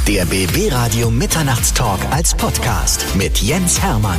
Der BB Radio Mitternachtstalk als Podcast mit Jens Hermann.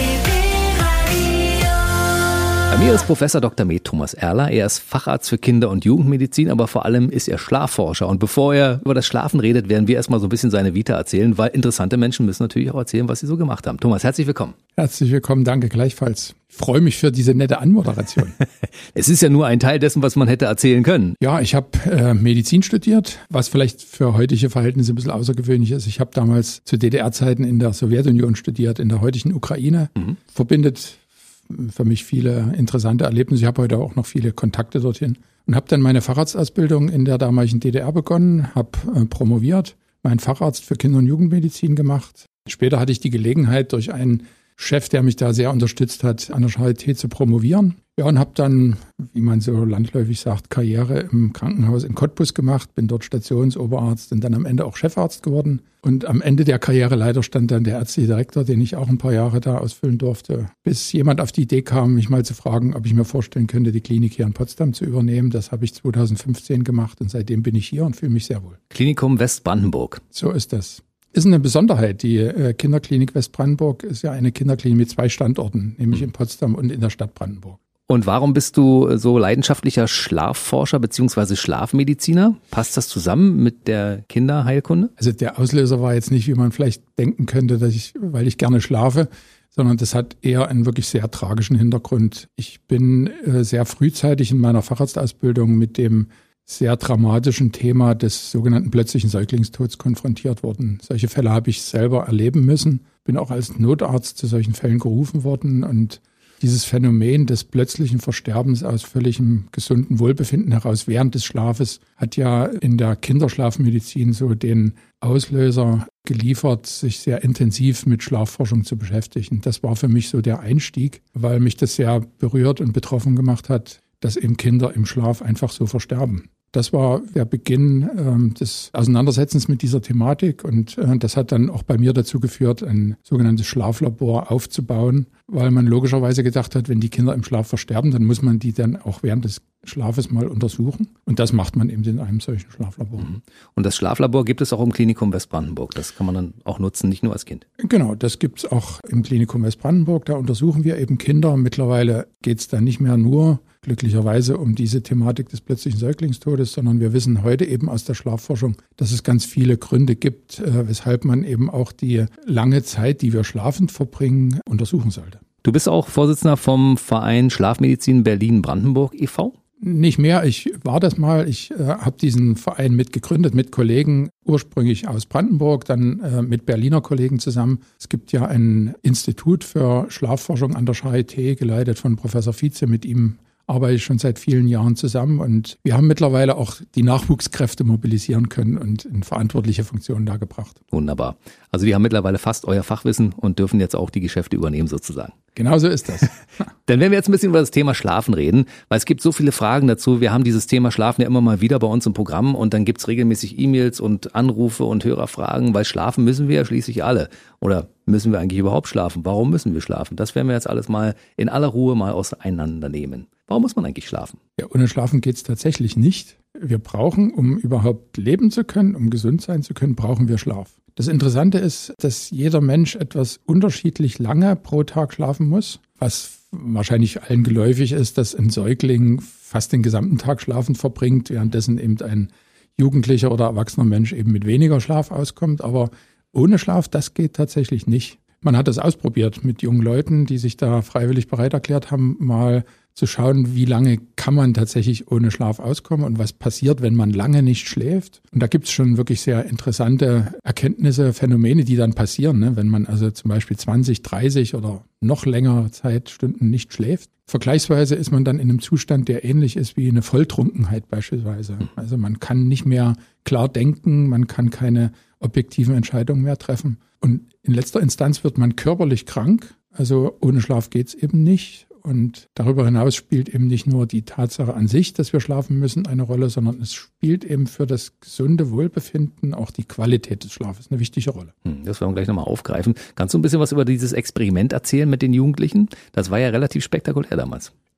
Bei mir ist Professor Dr. Med Thomas Erler. Er ist Facharzt für Kinder- und Jugendmedizin, aber vor allem ist er Schlafforscher. Und bevor er über das Schlafen redet, werden wir erstmal so ein bisschen seine Vita erzählen, weil interessante Menschen müssen natürlich auch erzählen, was sie so gemacht haben. Thomas, herzlich willkommen. Herzlich willkommen, danke gleichfalls. Ich freue mich für diese nette Anmoderation. Es ist ja nur ein Teil dessen, was man hätte erzählen können. Ja, ich habe Medizin studiert, was vielleicht für heutige Verhältnisse ein bisschen außergewöhnlich ist. Ich habe damals zu DDR-Zeiten in der Sowjetunion studiert, in der heutigen Ukraine. Verbindet für mich viele interessante Erlebnisse. Ich habe heute auch noch viele Kontakte dorthin und habe dann meine Facharztausbildung in der damaligen DDR begonnen, habe promoviert, meinen Facharzt für Kinder- und Jugendmedizin gemacht. Später hatte ich die Gelegenheit, durch einen Chef, der mich da sehr unterstützt hat, an der Charité zu promovieren. Ja, und habe dann, wie man so landläufig sagt, Karriere im Krankenhaus in Cottbus gemacht, bin dort Stationsoberarzt und dann am Ende auch Chefarzt geworden. Und am Ende der Karriere leider stand dann der ärztliche Direktor, den ich auch ein paar Jahre da ausfüllen durfte, bis jemand auf die Idee kam, mich mal zu fragen, ob ich mir vorstellen könnte, die Klinik hier in Potsdam zu übernehmen. Das habe ich 2015 gemacht und seitdem bin ich hier und fühle mich sehr wohl. Klinikum Westbrandenburg. So ist das. Ist eine Besonderheit. Die Kinderklinik Westbrandenburg ist ja eine Kinderklinik mit 2 Standorten, nämlich in Potsdam und in der Stadt Brandenburg. Und warum bist du so leidenschaftlicher Schlafforscher bzw. Schlafmediziner? Passt das zusammen mit der Kinderheilkunde? Also der Auslöser war jetzt nicht, wie man vielleicht denken könnte, weil ich gerne schlafe, sondern das hat eher einen wirklich sehr tragischen Hintergrund. Ich bin sehr frühzeitig in meiner Facharztausbildung mit dem sehr dramatischen Thema des sogenannten plötzlichen Säuglingstods konfrontiert worden. Solche Fälle habe ich selber erleben müssen, bin auch als Notarzt zu solchen Fällen gerufen worden und dieses Phänomen des plötzlichen Versterbens aus völligem gesunden Wohlbefinden heraus während des Schlafes hat ja in der Kinderschlafmedizin so den Auslöser geliefert, sich sehr intensiv mit Schlafforschung zu beschäftigen. Das war für mich so der Einstieg, weil mich das sehr berührt und betroffen gemacht hat, dass eben Kinder im Schlaf einfach so versterben. Das war der Beginn des Auseinandersetzens mit dieser Thematik und das hat dann auch bei mir dazu geführt, ein sogenanntes Schlaflabor aufzubauen, weil man logischerweise gedacht hat, wenn die Kinder im Schlaf versterben, dann muss man die dann auch während des Schlafes mal untersuchen. Und das macht man eben in einem solchen Schlaflabor. Und das Schlaflabor gibt es auch im Klinikum Westbrandenburg. Das kann man dann auch nutzen, nicht nur als Kind. Genau, das gibt es auch im Klinikum Westbrandenburg. Da untersuchen wir eben Kinder. Mittlerweile geht es da nicht mehr nur glücklicherweise um diese Thematik des plötzlichen Säuglingstodes, sondern wir wissen heute eben aus der Schlafforschung, dass es ganz viele Gründe gibt, weshalb man eben auch die lange Zeit, die wir schlafend verbringen, untersuchen sollte. Du bist auch Vorsitzender vom Verein Schlafmedizin Berlin-Brandenburg e.V.? Nicht mehr, ich war das mal. Ich habe diesen Verein mitgegründet mit Kollegen, ursprünglich aus Brandenburg, dann mit Berliner Kollegen zusammen. Es gibt ja ein Institut für Schlafforschung an der Charité, geleitet von Professor Vize. Mit ihm arbeite ich schon seit vielen Jahren zusammen und wir haben mittlerweile auch die Nachwuchskräfte mobilisieren können und in verantwortliche Funktionen da gebracht. Wunderbar. Also die haben mittlerweile fast euer Fachwissen und dürfen jetzt auch die Geschäfte übernehmen sozusagen. Genau so ist das. Dann werden wir jetzt ein bisschen über das Thema Schlafen reden, weil es gibt so viele Fragen dazu. Wir haben dieses Thema Schlafen ja immer mal wieder bei uns im Programm und dann gibt's regelmäßig E-Mails und Anrufe und Hörerfragen, weil schlafen müssen wir ja schließlich alle. Oder müssen wir eigentlich überhaupt schlafen? Warum müssen wir schlafen? Das werden wir jetzt alles mal in aller Ruhe mal auseinandernehmen. Warum muss man eigentlich schlafen? Ja, ohne Schlafen geht's tatsächlich nicht. Wir brauchen, um überhaupt leben zu können, um gesund sein zu können, brauchen wir Schlaf. Das Interessante ist, dass jeder Mensch etwas unterschiedlich lange pro Tag schlafen muss, was wahrscheinlich allen geläufig ist, dass ein Säugling fast den gesamten Tag schlafend verbringt, währenddessen eben ein jugendlicher oder erwachsener Mensch eben mit weniger Schlaf auskommt. Aber ohne Schlaf, das geht tatsächlich nicht. Man hat das ausprobiert mit jungen Leuten, die sich da freiwillig bereit erklärt haben, mal zu schauen, wie lange kann man tatsächlich ohne Schlaf auskommen und was passiert, wenn man lange nicht schläft. Und da gibt es schon wirklich sehr interessante Erkenntnisse, Phänomene, die dann passieren, ne? Wenn man also zum Beispiel 20, 30 oder noch längere Zeitstunden nicht schläft. Vergleichsweise ist man dann in einem Zustand, der ähnlich ist wie eine Volltrunkenheit beispielsweise. Also man kann nicht mehr klar denken, man kann keine objektiven Entscheidungen mehr treffen. Und in letzter Instanz wird man körperlich krank. Also ohne Schlaf geht's eben nicht. Und darüber hinaus spielt eben nicht nur die Tatsache an sich, dass wir schlafen müssen, eine Rolle, sondern es spielt eben für das gesunde Wohlbefinden auch die Qualität des Schlafes eine wichtige Rolle. Das werden wir gleich nochmal aufgreifen. Kannst du ein bisschen was über dieses Experiment erzählen mit den Jugendlichen? Das war ja relativ spektakulär damals.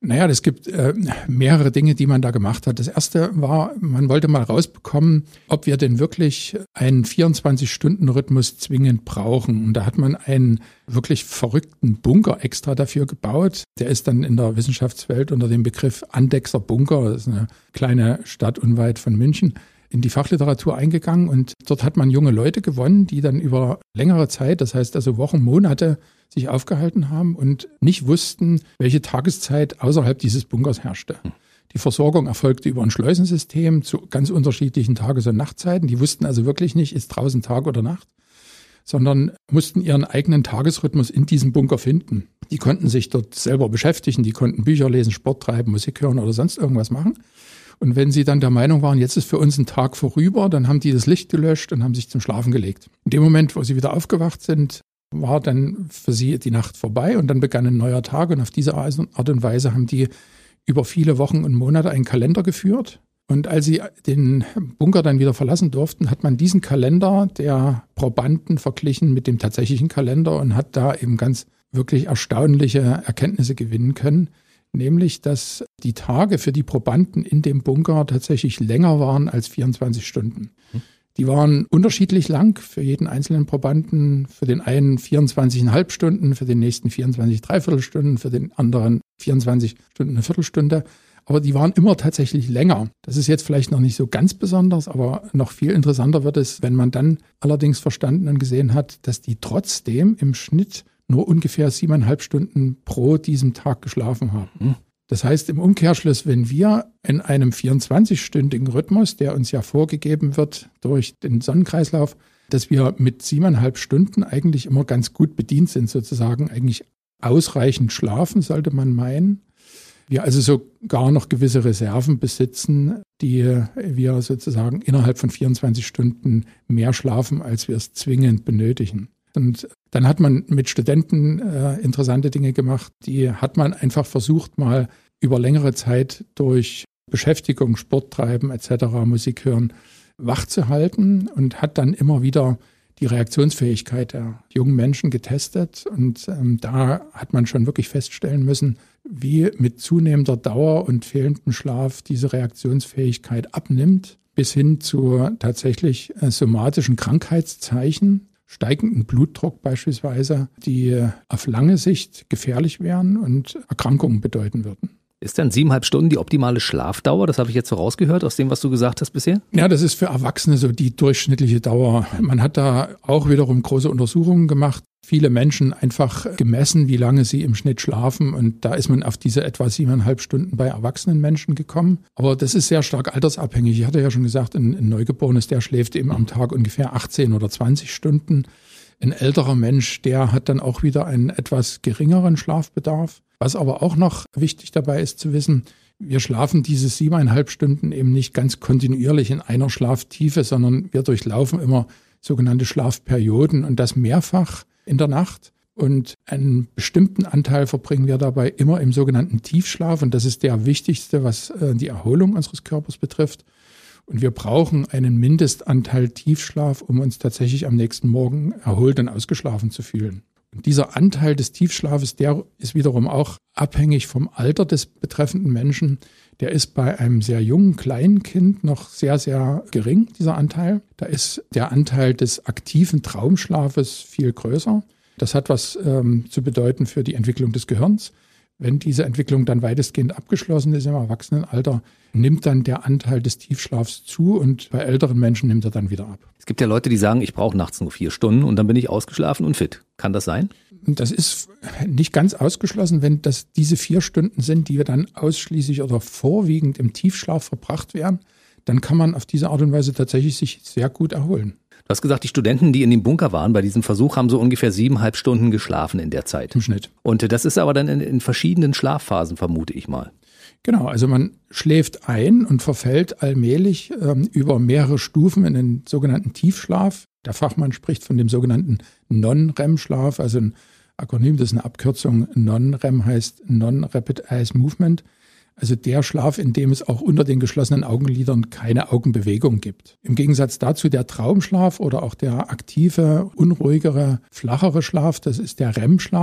Naja, es gibt mehrere Dinge, die man da gemacht hat. Das erste war, man wollte mal rausbekommen, ob wir denn wirklich einen 24-Stunden-Rhythmus zwingend brauchen. Und da hat man einen wirklich verrückten Bunker extra dafür gebaut. Der ist dann in der Wissenschaftswelt unter dem Begriff Andechser Bunker, das ist eine kleine Stadt unweit von München, in die Fachliteratur eingegangen. Und dort hat man junge Leute gewonnen, die dann über längere Zeit, das heißt also Wochen, Monate, sich aufgehalten haben und nicht wussten, welche Tageszeit außerhalb dieses Bunkers herrschte. Die Versorgung erfolgte über ein Schleusensystem zu ganz unterschiedlichen Tages- und Nachtzeiten. Die wussten also wirklich nicht, ist draußen Tag oder Nacht, sondern mussten ihren eigenen Tagesrhythmus in diesem Bunker finden. Die konnten sich dort selber beschäftigen, die konnten Bücher lesen, Sport treiben, Musik hören oder sonst irgendwas machen. Und wenn sie dann der Meinung waren, jetzt ist für uns ein Tag vorüber, dann haben die das Licht gelöscht und haben sich zum Schlafen gelegt. In dem Moment, wo sie wieder aufgewacht sind, war dann für sie die Nacht vorbei und dann begann ein neuer Tag. Und auf diese Art und Weise haben die über viele Wochen und Monate einen Kalender geführt. Und als sie den Bunker dann wieder verlassen durften, hat man diesen Kalender der Probanden verglichen mit dem tatsächlichen Kalender und hat da eben ganz wirklich erstaunliche Erkenntnisse gewinnen können. Nämlich, dass die Tage für die Probanden in dem Bunker tatsächlich länger waren als 24 Stunden. Die waren unterschiedlich lang für jeden einzelnen Probanden. Für den einen 24,5 Stunden, für den nächsten 24 Dreiviertelstunden, für den anderen 24 Stunden eine Viertelstunde. Aber die waren immer tatsächlich länger. Das ist jetzt vielleicht noch nicht so ganz besonders, aber noch viel interessanter wird es, wenn man dann allerdings verstanden und gesehen hat, dass die trotzdem im Schnitt nur ungefähr 7,5 Stunden pro diesem Tag geschlafen haben. Das heißt im Umkehrschluss, wenn wir in einem 24-stündigen Rhythmus, der uns ja vorgegeben wird durch den Sonnenkreislauf, dass wir mit 7,5 Stunden eigentlich immer ganz gut bedient sind, sozusagen eigentlich ausreichend schlafen, sollte man meinen. Wir also sogar noch gewisse Reserven besitzen, die wir sozusagen innerhalb von 24 Stunden mehr schlafen, als wir es zwingend benötigen. Und dann hat man mit Studenten interessante Dinge gemacht. Die hat man einfach versucht, mal über längere Zeit durch Beschäftigung, Sport treiben etc., Musik hören, wach zu halten und hat dann immer wieder die Reaktionsfähigkeit der jungen Menschen getestet. Und da hat man schon wirklich feststellen müssen, wie mit zunehmender Dauer und fehlendem Schlaf diese Reaktionsfähigkeit abnimmt, bis hin zu tatsächlich somatischen Krankheitszeichen, steigenden Blutdruck beispielsweise, die auf lange Sicht gefährlich wären und Erkrankungen bedeuten würden. Ist dann 7,5 Stunden die optimale Schlafdauer? Das habe ich jetzt so rausgehört aus dem, was du gesagt hast bisher? Ja, das ist für Erwachsene so die durchschnittliche Dauer. Man hat da auch wiederum große Untersuchungen gemacht. Viele Menschen einfach gemessen, wie lange sie im Schnitt schlafen. Und da ist man auf diese etwa 7,5 Stunden bei erwachsenen Menschen gekommen. Aber das ist sehr stark altersabhängig. Ich hatte ja schon gesagt, ein Neugeborenes, der schläft eben am Tag ungefähr 18 oder 20 Stunden. Ein älterer Mensch, der hat dann auch wieder einen etwas geringeren Schlafbedarf. Was aber auch noch wichtig dabei ist zu wissen, wir schlafen diese 7,5 Stunden eben nicht ganz kontinuierlich in einer Schlaftiefe, sondern wir durchlaufen immer sogenannte Schlafperioden und das mehrfach in der Nacht. Und einen bestimmten Anteil verbringen wir dabei immer im sogenannten Tiefschlaf. Und das ist der wichtigste, was die Erholung unseres Körpers betrifft. Und wir brauchen einen Mindestanteil Tiefschlaf, um uns tatsächlich am nächsten Morgen erholt und ausgeschlafen zu fühlen. Und dieser Anteil des Tiefschlafes, der ist wiederum auch abhängig vom Alter des betreffenden Menschen. Der ist bei einem sehr jungen, kleinen Kind noch sehr, sehr gering, dieser Anteil. Da ist der Anteil des aktiven Traumschlafes viel größer. Das hat was zu bedeuten für die Entwicklung des Gehirns. Wenn diese Entwicklung dann weitestgehend abgeschlossen ist im Erwachsenenalter, nimmt dann der Anteil des Tiefschlafs zu und bei älteren Menschen nimmt er dann wieder ab. Es gibt ja Leute, die sagen, ich brauche nachts nur 4 Stunden und dann bin ich ausgeschlafen und fit. Kann das sein? Das ist nicht ganz ausgeschlossen, wenn das diese 4 Stunden sind, die wir dann ausschließlich oder vorwiegend im Tiefschlaf verbracht werden, dann kann man auf diese Art und Weise tatsächlich sich sehr gut erholen. Du hast gesagt, die Studenten, die in dem Bunker waren bei diesem Versuch, haben so ungefähr 7,5 Stunden geschlafen in der Zeit. Im Schnitt. Und das ist aber dann in verschiedenen Schlafphasen, vermute ich mal. Genau, also man schläft ein und verfällt allmählich über mehrere Stufen in den sogenannten Tiefschlaf. Der Fachmann spricht von dem sogenannten Non-REM-Schlaf, also ein Akronym, das ist eine Abkürzung. Non-REM heißt Non-Rapid Eye Movement. Also der Schlaf, in dem es auch unter den geschlossenen Augenlidern keine Augenbewegung gibt. Im Gegensatz dazu der Traumschlaf oder auch der aktive, unruhigere, flachere Schlaf, das ist der REM-Schlaf.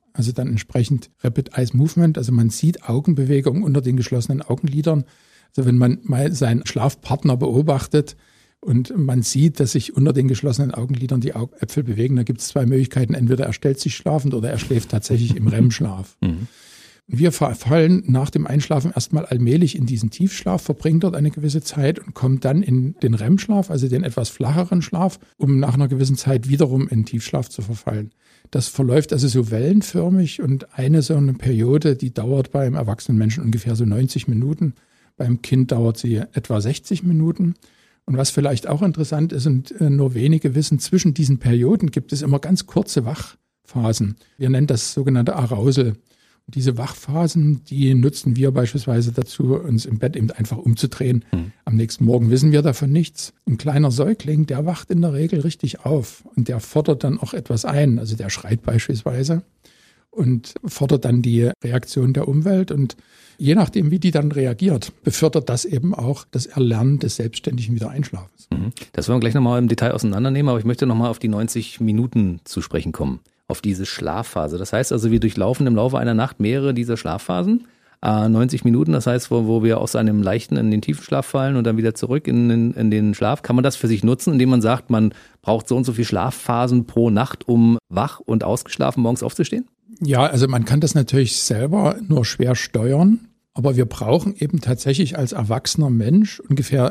also dann entsprechend Rapid Eye Movement, also man sieht Augenbewegungen unter den geschlossenen Augenlidern. Also wenn man mal seinen Schlafpartner beobachtet und man sieht, dass sich unter den geschlossenen Augenlidern die Augäpfel bewegen, da gibt es zwei Möglichkeiten, entweder er stellt sich schlafend oder er schläft tatsächlich im REM-Schlaf. Wir verfallen nach dem Einschlafen erstmal allmählich in diesen Tiefschlaf, verbringen dort eine gewisse Zeit und kommen dann in den REM-Schlaf, also den etwas flacheren Schlaf, um nach einer gewissen Zeit wiederum in Tiefschlaf zu verfallen. Das verläuft also so wellenförmig und eine so eine Periode, die dauert beim erwachsenen Menschen ungefähr so 90 Minuten. Beim Kind dauert sie etwa 60 Minuten. Und was vielleicht auch interessant ist und nur wenige wissen, zwischen diesen Perioden gibt es immer ganz kurze Wachphasen. Wir nennen das sogenannte Arousal. Diese Wachphasen, die nutzen wir beispielsweise dazu, uns im Bett eben einfach umzudrehen. Am nächsten Morgen wissen wir davon nichts. Ein kleiner Säugling, der wacht in der Regel richtig auf und der fordert dann auch etwas ein. Also der schreit beispielsweise und fordert dann die Reaktion der Umwelt. Und je nachdem, wie die dann reagiert, befördert das eben auch das Erlernen des selbstständigen Wiedereinschlafens. Das werden wir gleich nochmal im Detail auseinandernehmen, aber ich möchte nochmal auf die 90 Minuten zu sprechen kommen. Auf diese Schlafphase. Das heißt also, wir durchlaufen im Laufe einer Nacht mehrere dieser Schlafphasen. 90 Minuten, das heißt, wo wir aus einem leichten in den tiefen Schlaf fallen und dann wieder zurück in den Schlaf. Kann man das für sich nutzen, indem man sagt, man braucht so und so viele Schlafphasen pro Nacht, um wach und ausgeschlafen morgens aufzustehen? Ja, also man kann das natürlich selber nur schwer steuern. Aber wir brauchen eben tatsächlich als erwachsener Mensch ungefähr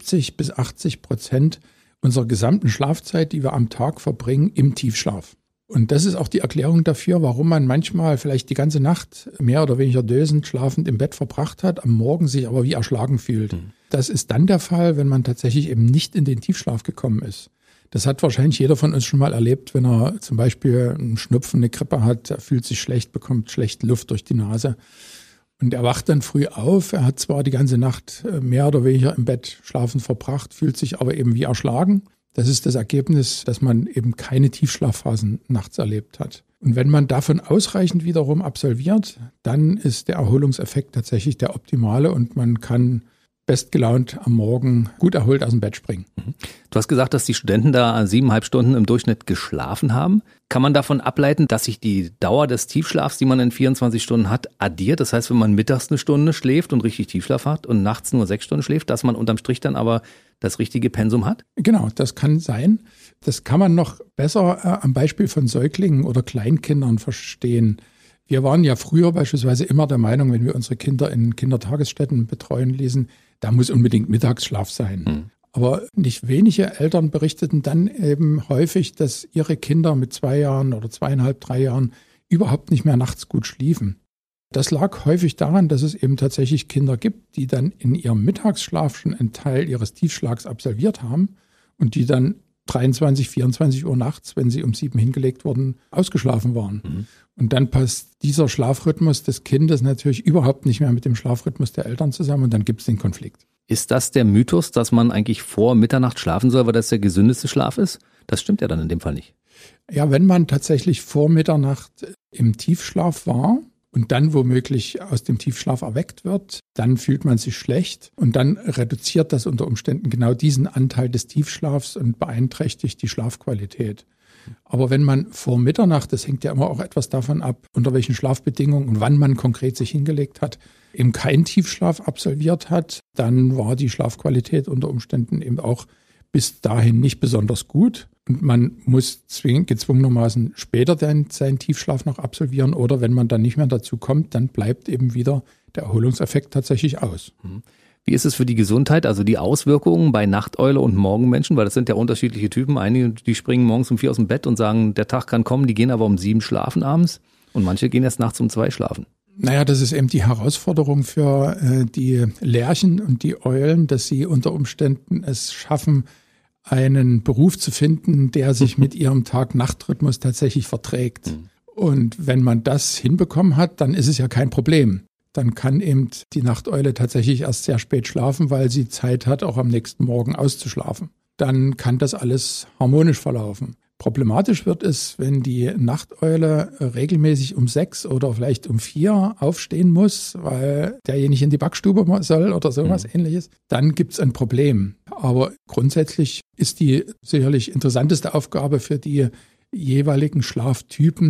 70-80% unserer gesamten Schlafzeit, die wir am Tag verbringen, im Tiefschlaf. Und das ist auch die Erklärung dafür, warum man manchmal vielleicht die ganze Nacht mehr oder weniger dösend schlafend im Bett verbracht hat, am Morgen sich aber wie erschlagen fühlt. Das ist dann der Fall, wenn man tatsächlich eben nicht in den Tiefschlaf gekommen ist. Das hat wahrscheinlich jeder von uns schon mal erlebt, wenn er zum Beispiel einen Schnupfen, eine Grippe hat, er fühlt sich schlecht, bekommt schlecht Luft durch die Nase. Und er wacht dann früh auf, er hat zwar die ganze Nacht mehr oder weniger im Bett schlafend verbracht, fühlt sich aber eben wie erschlagen. Das ist das Ergebnis, dass man eben keine Tiefschlafphasen nachts erlebt hat. Und wenn man davon ausreichend wiederum absolviert, dann ist der Erholungseffekt tatsächlich der optimale und man kann bestgelaunt am Morgen gut erholt aus dem Bett springen. Du hast gesagt, dass die Studenten da 7,5 Stunden im Durchschnitt geschlafen haben. Kann man davon ableiten, dass sich die Dauer des Tiefschlafs, die man in 24 Stunden hat, addiert? Das heißt, wenn man mittags eine Stunde schläft und richtig Tiefschlaf hat und nachts nur 6 Stunden schläft, dass man unterm Strich dann aber das richtige Pensum hat? Genau, das kann sein. Das kann man noch besser am Beispiel von Säuglingen oder Kleinkindern verstehen. Wir waren ja früher beispielsweise immer der Meinung, wenn wir unsere Kinder in Kindertagesstätten betreuen ließen, da muss unbedingt Mittagsschlaf sein. Aber nicht wenige Eltern berichteten dann eben häufig, dass ihre Kinder mit 2 Jahren oder 2,5, 3 Jahren überhaupt nicht mehr nachts gut schliefen. Das lag häufig daran, dass es eben tatsächlich Kinder gibt, die dann in ihrem Mittagsschlaf schon einen Teil ihres Tiefschlags absolviert haben und die dann 23, 24 Uhr nachts, wenn sie um 7 hingelegt wurden, ausgeschlafen waren. Und dann passt dieser Schlafrhythmus des Kindes natürlich überhaupt nicht mehr mit dem Schlafrhythmus der Eltern zusammen und dann gibt es den Konflikt. Ist das der Mythos, dass man eigentlich vor Mitternacht schlafen soll, weil das der gesündeste Schlaf ist? Das stimmt ja dann in dem Fall nicht. Ja, wenn man tatsächlich vor Mitternacht im Tiefschlaf war und dann womöglich aus dem Tiefschlaf erweckt wird, dann fühlt man sich schlecht und dann reduziert das unter Umständen genau diesen Anteil des Tiefschlafs und beeinträchtigt die Schlafqualität. Aber wenn man vor Mitternacht, das hängt ja immer auch etwas davon ab, unter welchen Schlafbedingungen und wann man konkret sich hingelegt hat, eben keinen Tiefschlaf absolviert hat, dann war die Schlafqualität unter Umständen eben auch bis dahin nicht besonders gut. Und man muss gezwungenermaßen später dann seinen Tiefschlaf noch absolvieren oder wenn man dann nicht mehr dazu kommt, dann bleibt eben wieder der Erholungseffekt tatsächlich aus. Wie ist es für die Gesundheit, also die Auswirkungen bei Nachteule und Morgenmenschen? Weil das sind ja unterschiedliche Typen. Einige, die springen morgens um 4 aus dem Bett und sagen, der Tag kann kommen, die gehen aber um 7 schlafen abends und manche gehen erst nachts um 2 schlafen. Naja, das ist eben die Herausforderung für die Lerchen und die Eulen, dass sie unter Umständen es schaffen, einen Beruf zu finden, der sich mit ihrem Tag-Nacht-Rhythmus tatsächlich verträgt. Und wenn man das hinbekommen hat, dann ist es ja kein Problem. Dann kann eben die Nachteule tatsächlich erst sehr spät schlafen, weil sie Zeit hat, auch am nächsten Morgen auszuschlafen. Dann kann das alles harmonisch verlaufen. Problematisch wird es, wenn die Nachteule regelmäßig um 6 oder vielleicht um 4 aufstehen muss, weil derjenige in die Backstube soll oder sowas Ähnliches. Dann gibt es ein Problem. Aber grundsätzlich ist die sicherlich interessanteste Aufgabe für die jeweiligen Schlaftypen,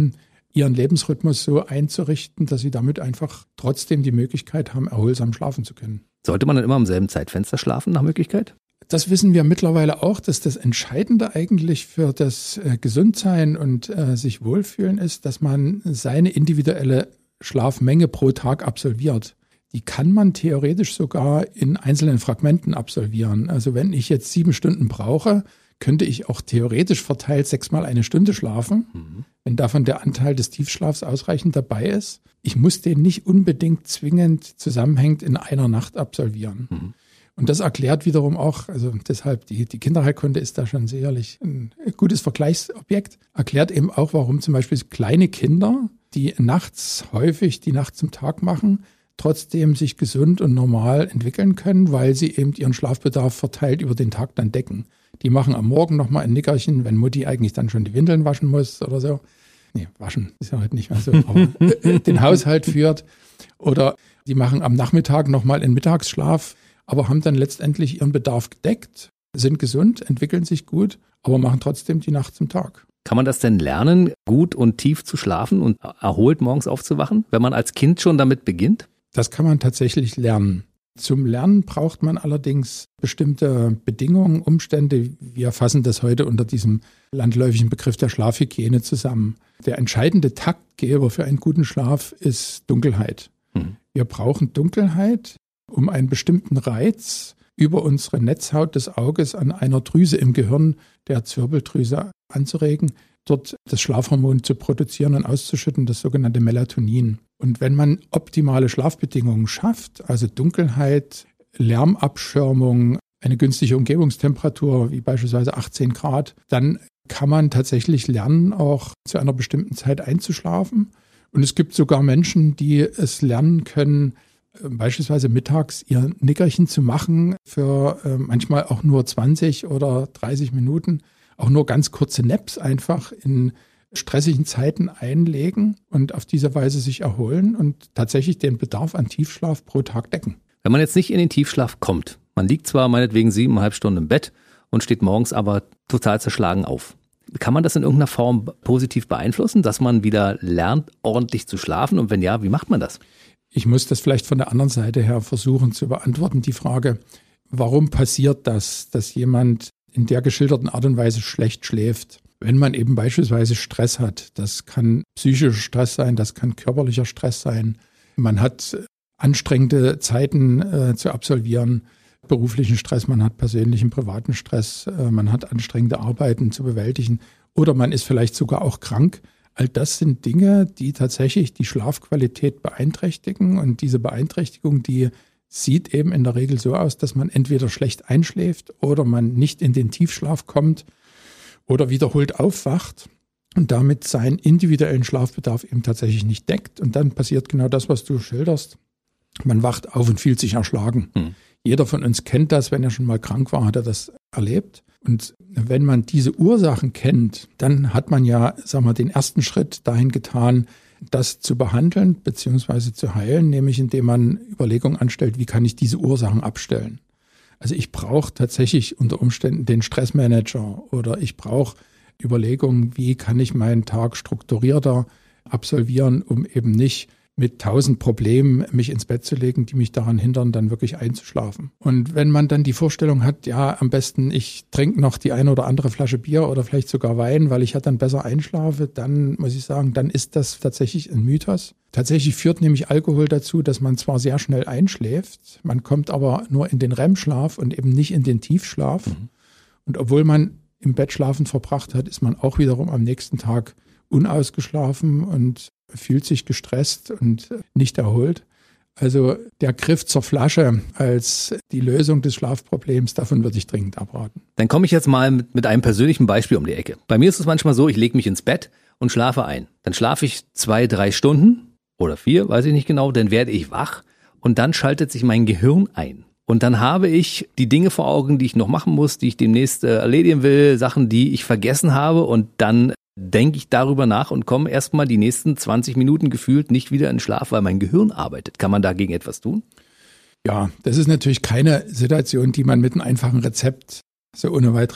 ihren Lebensrhythmus so einzurichten, dass sie damit einfach trotzdem die Möglichkeit haben, erholsam schlafen zu können. Sollte man dann immer am selben Zeitfenster schlafen nach Möglichkeit? Das wissen wir mittlerweile auch, dass das Entscheidende eigentlich für das Gesundsein und sich wohlfühlen ist, dass man seine individuelle Schlafmenge pro Tag absolviert. Die kann man theoretisch sogar in einzelnen Fragmenten absolvieren. Also wenn ich jetzt 7 Stunden brauche, könnte ich auch theoretisch verteilt 6-mal 1 Stunde schlafen, wenn davon der Anteil des Tiefschlafs ausreichend dabei ist. Ich muss den nicht unbedingt zwingend zusammenhängend in einer Nacht absolvieren. Und das erklärt wiederum auch, also deshalb die Kinderheilkunde ist da schon sicherlich ein gutes Vergleichsobjekt, erklärt eben auch, warum zum Beispiel kleine Kinder, die nachts häufig die Nacht zum Tag machen, trotzdem sich gesund und normal entwickeln können, weil sie eben ihren Schlafbedarf verteilt über den Tag dann decken. Die machen am Morgen nochmal ein Nickerchen, wenn Mutti eigentlich dann schon die Windeln waschen muss oder so. Nee, waschen ist ja heute nicht mehr so, aber den Haushalt führt. Oder die machen am Nachmittag nochmal einen Mittagsschlaf, aber haben dann letztendlich ihren Bedarf gedeckt, sind gesund, entwickeln sich gut, aber machen trotzdem die Nacht zum Tag. Kann man das denn lernen, gut und tief zu schlafen und erholt morgens aufzuwachen, wenn man als Kind schon damit beginnt? Das kann man tatsächlich lernen. Zum Lernen braucht man allerdings bestimmte Bedingungen, Umstände. Wir fassen das heute unter diesem landläufigen Begriff der Schlafhygiene zusammen. Der entscheidende Taktgeber für einen guten Schlaf ist Dunkelheit. Wir brauchen Dunkelheit, um einen bestimmten Reiz über unsere Netzhaut des Auges an einer Drüse im Gehirn, der Zwirbeldrüse, anzuregen, dort das Schlafhormon zu produzieren und auszuschütten, das sogenannte Melatonin. Und wenn man optimale Schlafbedingungen schafft, also Dunkelheit, Lärmabschirmung, eine günstige Umgebungstemperatur wie beispielsweise 18 Grad, dann kann man tatsächlich lernen, auch zu einer bestimmten Zeit einzuschlafen. Und es gibt sogar Menschen, die es lernen können, beispielsweise mittags ihr Nickerchen zu machen für manchmal auch nur 20 oder 30 Minuten, auch nur ganz kurze Naps einfach in stressigen Zeiten einlegen und auf diese Weise sich erholen und tatsächlich den Bedarf an Tiefschlaf pro Tag decken. Wenn man jetzt nicht in den Tiefschlaf kommt, man liegt zwar meinetwegen 7,5 Stunden im Bett und steht morgens aber total zerschlagen auf. Kann man das in irgendeiner Form positiv beeinflussen, dass man wieder lernt, ordentlich zu schlafen? Und wenn ja, wie macht man das? Ich muss das vielleicht von der anderen Seite her versuchen zu beantworten, die Frage, warum passiert das, dass jemand in der geschilderten Art und Weise schlecht schläft? Wenn man eben beispielsweise Stress hat, das kann psychischer Stress sein, das kann körperlicher Stress sein. Man hat anstrengende Zeiten zu absolvieren, beruflichen Stress, man hat persönlichen, privaten Stress, man hat anstrengende Arbeiten zu bewältigen oder man ist vielleicht sogar auch krank. All das sind Dinge, die tatsächlich die Schlafqualität beeinträchtigen und diese Beeinträchtigung, die sieht eben in der Regel so aus, dass man entweder schlecht einschläft oder man nicht in den Tiefschlaf kommt oder wiederholt aufwacht und damit seinen individuellen Schlafbedarf eben tatsächlich nicht deckt. Und dann passiert genau das, was du schilderst. Man wacht auf und fühlt sich erschlagen. Jeder von uns kennt das, wenn er schon mal krank war, hat er das erlebt. Und wenn man diese Ursachen kennt, dann hat man ja, den ersten Schritt dahin getan, das zu behandeln bzw. zu heilen, nämlich indem man Überlegungen anstellt, wie kann ich diese Ursachen abstellen. Also ich brauche tatsächlich unter Umständen den Stressmanager oder ich brauche Überlegungen, wie kann ich meinen Tag strukturierter absolvieren, um eben nicht mit 1000 Problemen mich ins Bett zu legen, die mich daran hindern, dann wirklich einzuschlafen. Und wenn man dann die Vorstellung hat, ja, am besten ich trinke noch die eine oder andere Flasche Bier oder vielleicht sogar Wein, weil ich ja dann besser einschlafe, dann muss ich sagen, dann ist das tatsächlich ein Mythos. Tatsächlich führt nämlich Alkohol dazu, dass man zwar sehr schnell einschläft, man kommt aber nur in den REM-Schlaf und eben nicht in den Tiefschlaf. Und obwohl man im Bett schlafend verbracht hat, ist man auch wiederum am nächsten Tag unausgeschlafen und fühlt sich gestresst und nicht erholt. Also der Griff zur Flasche als die Lösung des Schlafproblems, davon würde ich dringend abraten. Dann komme ich jetzt mal mit einem persönlichen Beispiel um die Ecke. Bei mir ist es manchmal so, ich lege mich ins Bett und schlafe ein. Dann schlafe ich 2-3 Stunden oder 4, weiß ich nicht genau, dann werde ich wach und dann schaltet sich mein Gehirn ein. Und dann habe ich die Dinge vor Augen, die ich noch machen muss, die ich demnächst erledigen will, Sachen, die ich vergessen habe und dann denke ich darüber nach und komme erstmal die nächsten 20 Minuten gefühlt nicht wieder in Schlaf, weil mein Gehirn arbeitet. Kann man dagegen etwas tun? Ja, das ist natürlich keine Situation, die man mit einem einfachen Rezept so ohne weiteres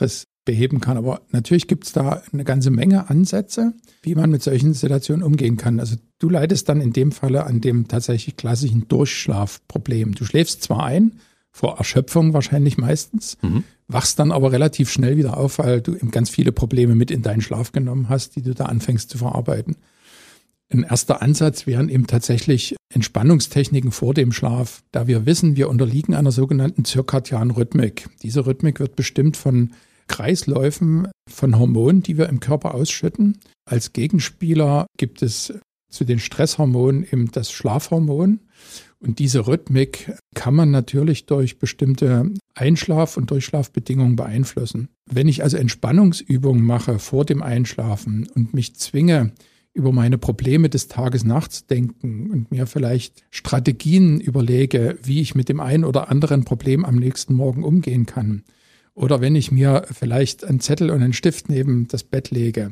beheben kann. Aber natürlich gibt es da eine ganze Menge Ansätze, wie man mit solchen Situationen umgehen kann. Also du leidest dann in dem Falle an dem tatsächlich klassischen Durchschlafproblem. Du schläfst zwar ein, vor Erschöpfung wahrscheinlich meistens, wachst dann aber relativ schnell wieder auf, weil du eben ganz viele Probleme mit in deinen Schlaf genommen hast, die du da anfängst zu verarbeiten. Ein erster Ansatz wären eben tatsächlich Entspannungstechniken vor dem Schlaf, da wir wissen, wir unterliegen einer sogenannten zirkadianen Rhythmik. Diese Rhythmik wird bestimmt von Kreisläufen von Hormonen, die wir im Körper ausschütten. Als Gegenspieler gibt es zu den Stresshormonen eben das Schlafhormon. Und diese Rhythmik kann man natürlich durch bestimmte Einschlaf- und Durchschlafbedingungen beeinflussen. Wenn ich also Entspannungsübungen mache vor dem Einschlafen und mich zwinge, über meine Probleme des Tages nachzudenken und mir vielleicht Strategien überlege, wie ich mit dem einen oder anderen Problem am nächsten Morgen umgehen kann, oder wenn ich mir vielleicht einen Zettel und einen Stift neben das Bett lege,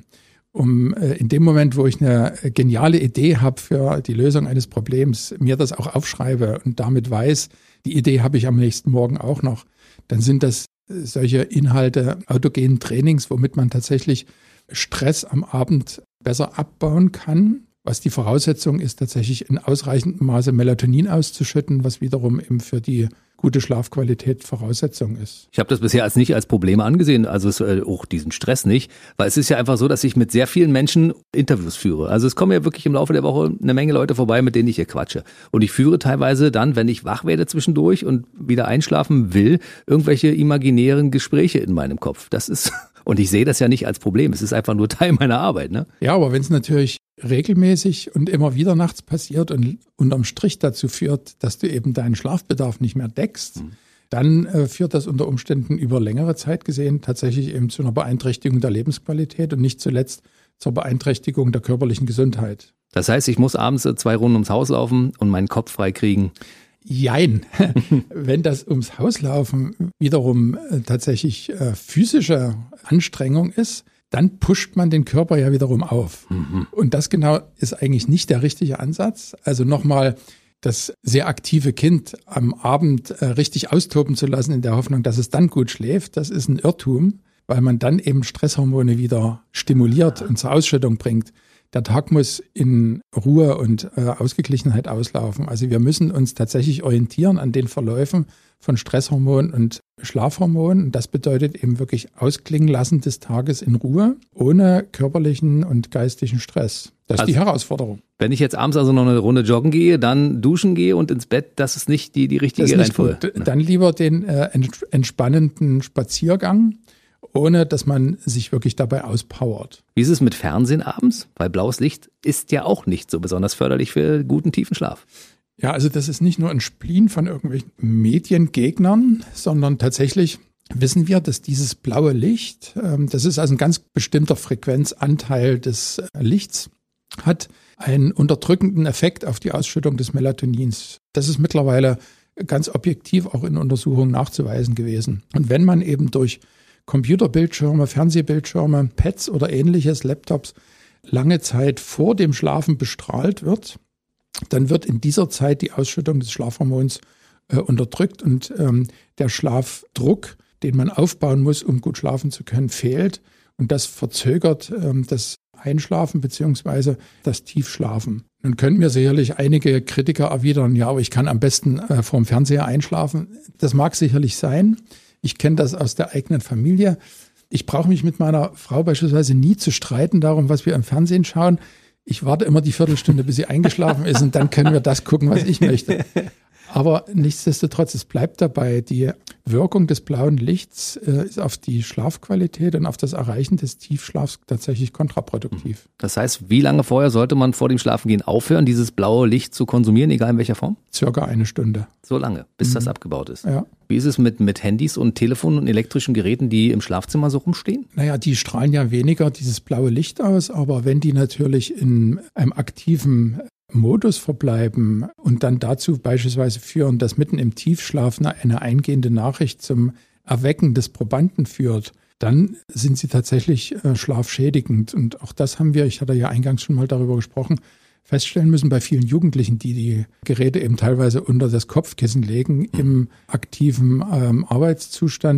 um in dem Moment, wo ich eine geniale Idee habe für die Lösung eines Problems, mir das auch aufschreibe und damit weiß, die Idee habe ich am nächsten Morgen auch noch, dann sind das solche Inhalte autogenen Trainings, womit man tatsächlich Stress am Abend besser abbauen kann, was die Voraussetzung ist, tatsächlich in ausreichendem Maße Melatonin auszuschütten, was wiederum eben für die gute Schlafqualität Voraussetzung ist. Ich habe das bisher nicht als Problem angesehen, also auch diesen Stress nicht, weil es ist ja einfach so, dass ich mit sehr vielen Menschen Interviews führe. Also es kommen ja wirklich im Laufe der Woche eine Menge Leute vorbei, mit denen ich hier quatsche. Und ich führe teilweise dann, wenn ich wach werde zwischendurch und wieder einschlafen will, irgendwelche imaginären Gespräche in meinem Kopf. Das ist, und ich sehe das ja nicht als Problem, es ist einfach nur Teil meiner Arbeit, ne? Ja, aber wenn es natürlich regelmäßig und immer wieder nachts passiert und unterm Strich dazu führt, dass du eben deinen Schlafbedarf nicht mehr deckst, dann führt das unter Umständen über längere Zeit gesehen tatsächlich eben zu einer Beeinträchtigung der Lebensqualität und nicht zuletzt zur Beeinträchtigung der körperlichen Gesundheit. Das heißt, ich muss abends 2 Runden ums Haus laufen und meinen Kopf frei kriegen. Jein. Wenn das ums Hauslaufen wiederum tatsächlich physische Anstrengung ist, dann pusht man den Körper ja wiederum auf. Und das genau ist eigentlich nicht der richtige Ansatz. Also nochmal das sehr aktive Kind am Abend richtig austoben zu lassen in der Hoffnung, dass es dann gut schläft, das ist ein Irrtum, weil man dann eben Stresshormone wieder stimuliert und zur Ausschüttung bringt. Der Tag muss in Ruhe und Ausgeglichenheit auslaufen. Also wir müssen uns tatsächlich orientieren an den Verläufen von Stresshormonen und Schlafhormonen. Und das bedeutet eben wirklich Ausklingen lassen des Tages in Ruhe, ohne körperlichen und geistigen Stress. Das ist die Herausforderung. Wenn ich jetzt abends also noch eine Runde joggen gehe, dann duschen gehe und ins Bett, das ist nicht die richtige Reihenfolge. Dann lieber den entspannenden Spaziergang, ohne dass man sich wirklich dabei auspowert. Wie ist es mit Fernsehen abends? Weil blaues Licht ist ja auch nicht so besonders förderlich für guten tiefen Schlaf. Ja, also das ist nicht nur ein Spleen von irgendwelchen Mediengegnern, sondern tatsächlich wissen wir, dass dieses blaue Licht, das ist also ein ganz bestimmter Frequenzanteil des Lichts, hat einen unterdrückenden Effekt auf die Ausschüttung des Melatonins. Das ist mittlerweile ganz objektiv auch in Untersuchungen nachzuweisen gewesen. Und wenn man eben durch Computerbildschirme, Fernsehbildschirme, Pads oder ähnliches, Laptops, lange Zeit vor dem Schlafen bestrahlt wird, dann wird in dieser Zeit die Ausschüttung des Schlafhormons unterdrückt und der Schlafdruck, den man aufbauen muss, um gut schlafen zu können, fehlt. Und das verzögert das Einschlafen bzw. das Tiefschlafen. Nun können mir sicherlich einige Kritiker erwidern, ja, aber ich kann am besten vorm Fernseher einschlafen. Das mag sicherlich sein. Ich kenne das aus der eigenen Familie. Ich brauche mich mit meiner Frau beispielsweise nie zu streiten darum, was wir im Fernsehen schauen. Ich warte immer die Viertelstunde, bis sie eingeschlafen ist und dann können wir das gucken, was ich möchte. Aber nichtsdestotrotz, es bleibt dabei, die Wirkung des blauen Lichts ist auf die Schlafqualität und auf das Erreichen des Tiefschlafs tatsächlich kontraproduktiv. Das heißt, wie lange vorher sollte man vor dem Schlafengehen aufhören, dieses blaue Licht zu konsumieren, egal in welcher Form? Circa 1 Stunde. So lange, bis das abgebaut ist? Ja. Wie ist es mit Handys und Telefonen und elektrischen Geräten, die im Schlafzimmer so rumstehen? Naja, die strahlen ja weniger dieses blaue Licht aus, aber wenn die natürlich in einem aktiven Modus verbleiben und dann dazu beispielsweise führen, dass mitten im Tiefschlaf eine eingehende Nachricht zum Erwecken des Probanden führt, dann sind sie tatsächlich schlafschädigend. Und auch das haben wir, ich hatte ja eingangs schon mal darüber gesprochen, feststellen müssen bei vielen Jugendlichen, die die Geräte eben teilweise unter das Kopfkissen legen im aktiven Arbeitszustand,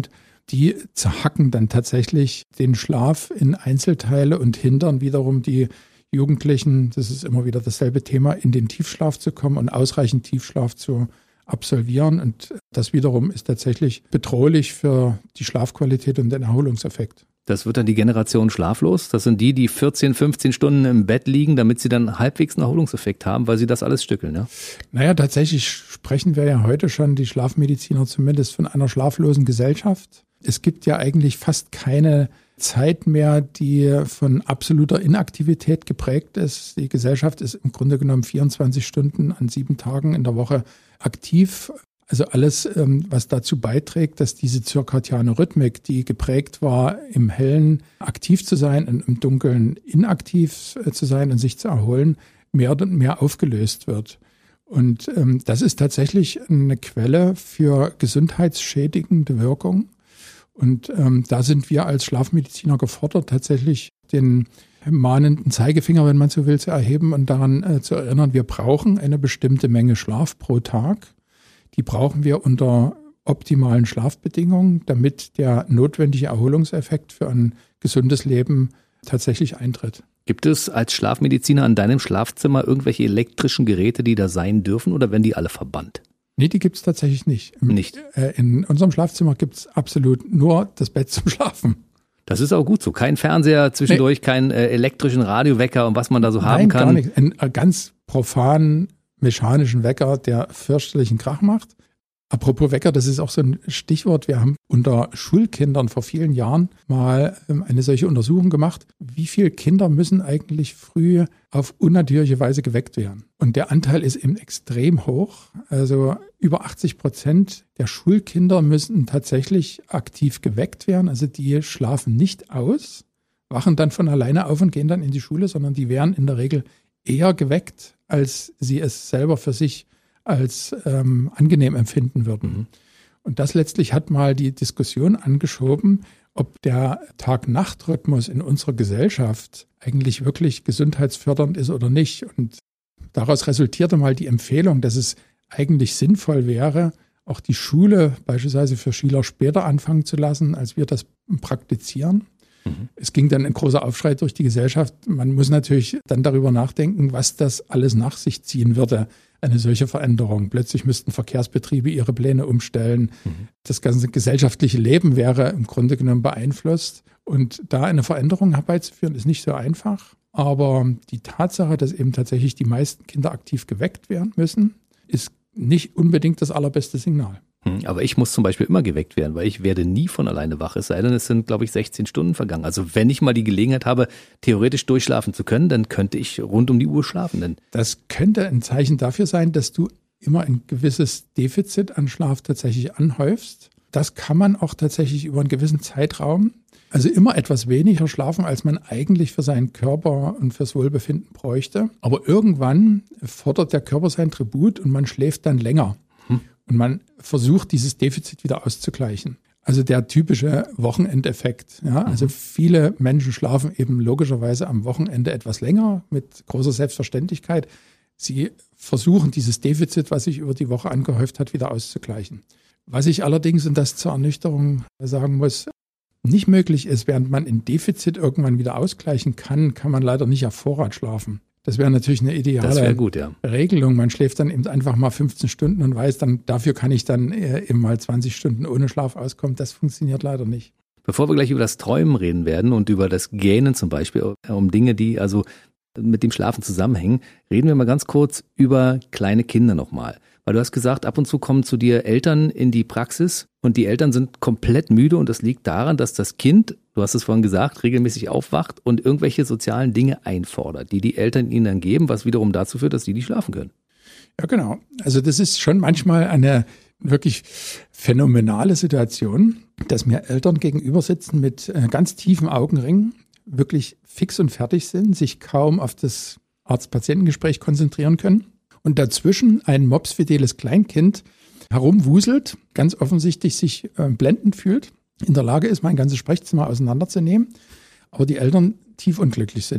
die zerhacken dann tatsächlich den Schlaf in Einzelteile und hindern wiederum die Jugendlichen, das ist immer wieder dasselbe Thema, in den Tiefschlaf zu kommen und ausreichend Tiefschlaf zu absolvieren. Und das wiederum ist tatsächlich bedrohlich für die Schlafqualität und den Erholungseffekt. Das wird dann die Generation schlaflos. Das sind die 14, 15 Stunden im Bett liegen, damit sie dann halbwegs einen Erholungseffekt haben, weil sie das alles stückeln, ja? Naja, tatsächlich sprechen wir ja heute schon, die Schlafmediziner zumindest, von einer schlaflosen Gesellschaft. Es gibt ja eigentlich fast keine Zeit mehr, die von absoluter Inaktivität geprägt ist. Die Gesellschaft ist im Grunde genommen 24 Stunden an 7 Tagen in der Woche aktiv. Also alles, was dazu beiträgt, dass diese zirkadiane Rhythmik, die geprägt war, im Hellen aktiv zu sein und im Dunkeln inaktiv zu sein und sich zu erholen, mehr und mehr aufgelöst wird. Und das ist tatsächlich eine Quelle für gesundheitsschädigende Wirkung. Und da sind wir als Schlafmediziner gefordert, tatsächlich den mahnenden Zeigefinger, wenn man so will, zu erheben und daran zu erinnern, wir brauchen eine bestimmte Menge Schlaf pro Tag. Die brauchen wir unter optimalen Schlafbedingungen, damit der notwendige Erholungseffekt für ein gesundes Leben tatsächlich eintritt. Gibt es als Schlafmediziner an deinem Schlafzimmer irgendwelche elektrischen Geräte, die da sein dürfen, oder werden die alle verbannt? Nee, die gibt es tatsächlich nicht. Nicht? In unserem Schlafzimmer gibt es absolut nur das Bett zum Schlafen. Das ist auch gut so. Kein Fernseher zwischendurch, keinen elektrischen Radiowecker und was man da so haben kann. Nein, gar nicht. Einen ganz profanen mechanischen Wecker, der fürchterlichen Krach macht. Apropos Wecker, das ist auch so ein Stichwort. Wir haben unter Schulkindern vor vielen Jahren mal eine solche Untersuchung gemacht. Wie viele Kinder müssen eigentlich früh auf unnatürliche Weise geweckt werden? Und der Anteil ist eben extrem hoch. Also über 80% der Schulkinder müssen tatsächlich aktiv geweckt werden. Also die schlafen nicht aus, wachen dann von alleine auf und gehen dann in die Schule, sondern die werden in der Regel eher geweckt, als sie es selber für sich als angenehm empfinden würden. Mhm. Und das letztlich hat mal die Diskussion angeschoben, ob der Tag-Nacht-Rhythmus in unserer Gesellschaft eigentlich wirklich gesundheitsfördernd ist oder nicht. Und daraus resultierte mal die Empfehlung, dass es eigentlich sinnvoll wäre, auch die Schule beispielsweise für Schüler später anfangen zu lassen, als wir das praktizieren. Mhm. Es ging dann ein großer Aufschrei durch die Gesellschaft. Man muss natürlich dann darüber nachdenken, was das alles nach sich ziehen würde, eine solche Veränderung. Plötzlich müssten Verkehrsbetriebe ihre Pläne umstellen. Mhm. Das ganze gesellschaftliche Leben wäre im Grunde genommen beeinflusst. Und da eine Veränderung herbeizuführen, ist nicht so einfach. Aber die Tatsache, dass eben tatsächlich die meisten Kinder aktiv geweckt werden müssen, ist nicht unbedingt das allerbeste Signal. Aber ich muss zum Beispiel immer geweckt werden, weil ich werde nie von alleine wach. Es sei denn, es sind, glaube ich, 16 Stunden vergangen. Also wenn ich mal die Gelegenheit habe, theoretisch durchschlafen zu können, dann könnte ich rund um die Uhr schlafen. Denn das könnte ein Zeichen dafür sein, dass du immer ein gewisses Defizit an Schlaf tatsächlich anhäufst. Das kann man auch tatsächlich über einen gewissen Zeitraum, also immer etwas weniger schlafen, als man eigentlich für seinen Körper und fürs Wohlbefinden bräuchte. Aber irgendwann fordert der Körper sein Tribut und man schläft dann länger. Und man versucht, dieses Defizit wieder auszugleichen. Also der typische Wochenendeffekt. Ja? Also viele Menschen schlafen eben logischerweise am Wochenende etwas länger mit großer Selbstverständlichkeit. Sie versuchen, dieses Defizit, was sich über die Woche angehäuft hat, wieder auszugleichen. Was ich allerdings, und das zur Ernüchterung sagen muss, nicht möglich ist, während man ein Defizit irgendwann wieder ausgleichen kann, kann man leider nicht auf Vorrat schlafen. Das wäre natürlich eine ideale gut, ja. Regelung. Man schläft dann eben einfach mal 15 Stunden und weiß dann, dafür kann ich dann eben mal 20 Stunden ohne Schlaf auskommen. Das funktioniert leider nicht. Bevor wir gleich über das Träumen reden werden und über das Gähnen zum Beispiel, um Dinge, die also mit dem Schlafen zusammenhängen, reden wir mal ganz kurz über kleine Kinder nochmal. Weil du hast gesagt, ab und zu kommen zu dir Eltern in die Praxis und die Eltern sind komplett müde und das liegt daran, dass das Kind, du hast es vorhin gesagt, regelmäßig aufwacht und irgendwelche sozialen Dinge einfordert, die die Eltern ihnen dann geben, was wiederum dazu führt, dass die nicht schlafen können. Ja, genau. Also das ist schon manchmal eine wirklich phänomenale Situation, dass mir Eltern gegenüber sitzen mit ganz tiefen Augenringen, wirklich fix und fertig sind, sich kaum auf das Arzt-Patientengespräch konzentrieren können. Und dazwischen ein mopsfideles Kleinkind herumwuselt, ganz offensichtlich sich blendend fühlt, in der Lage ist, mein ganzes Sprechzimmer auseinanderzunehmen, aber die Eltern tief unglücklich sind.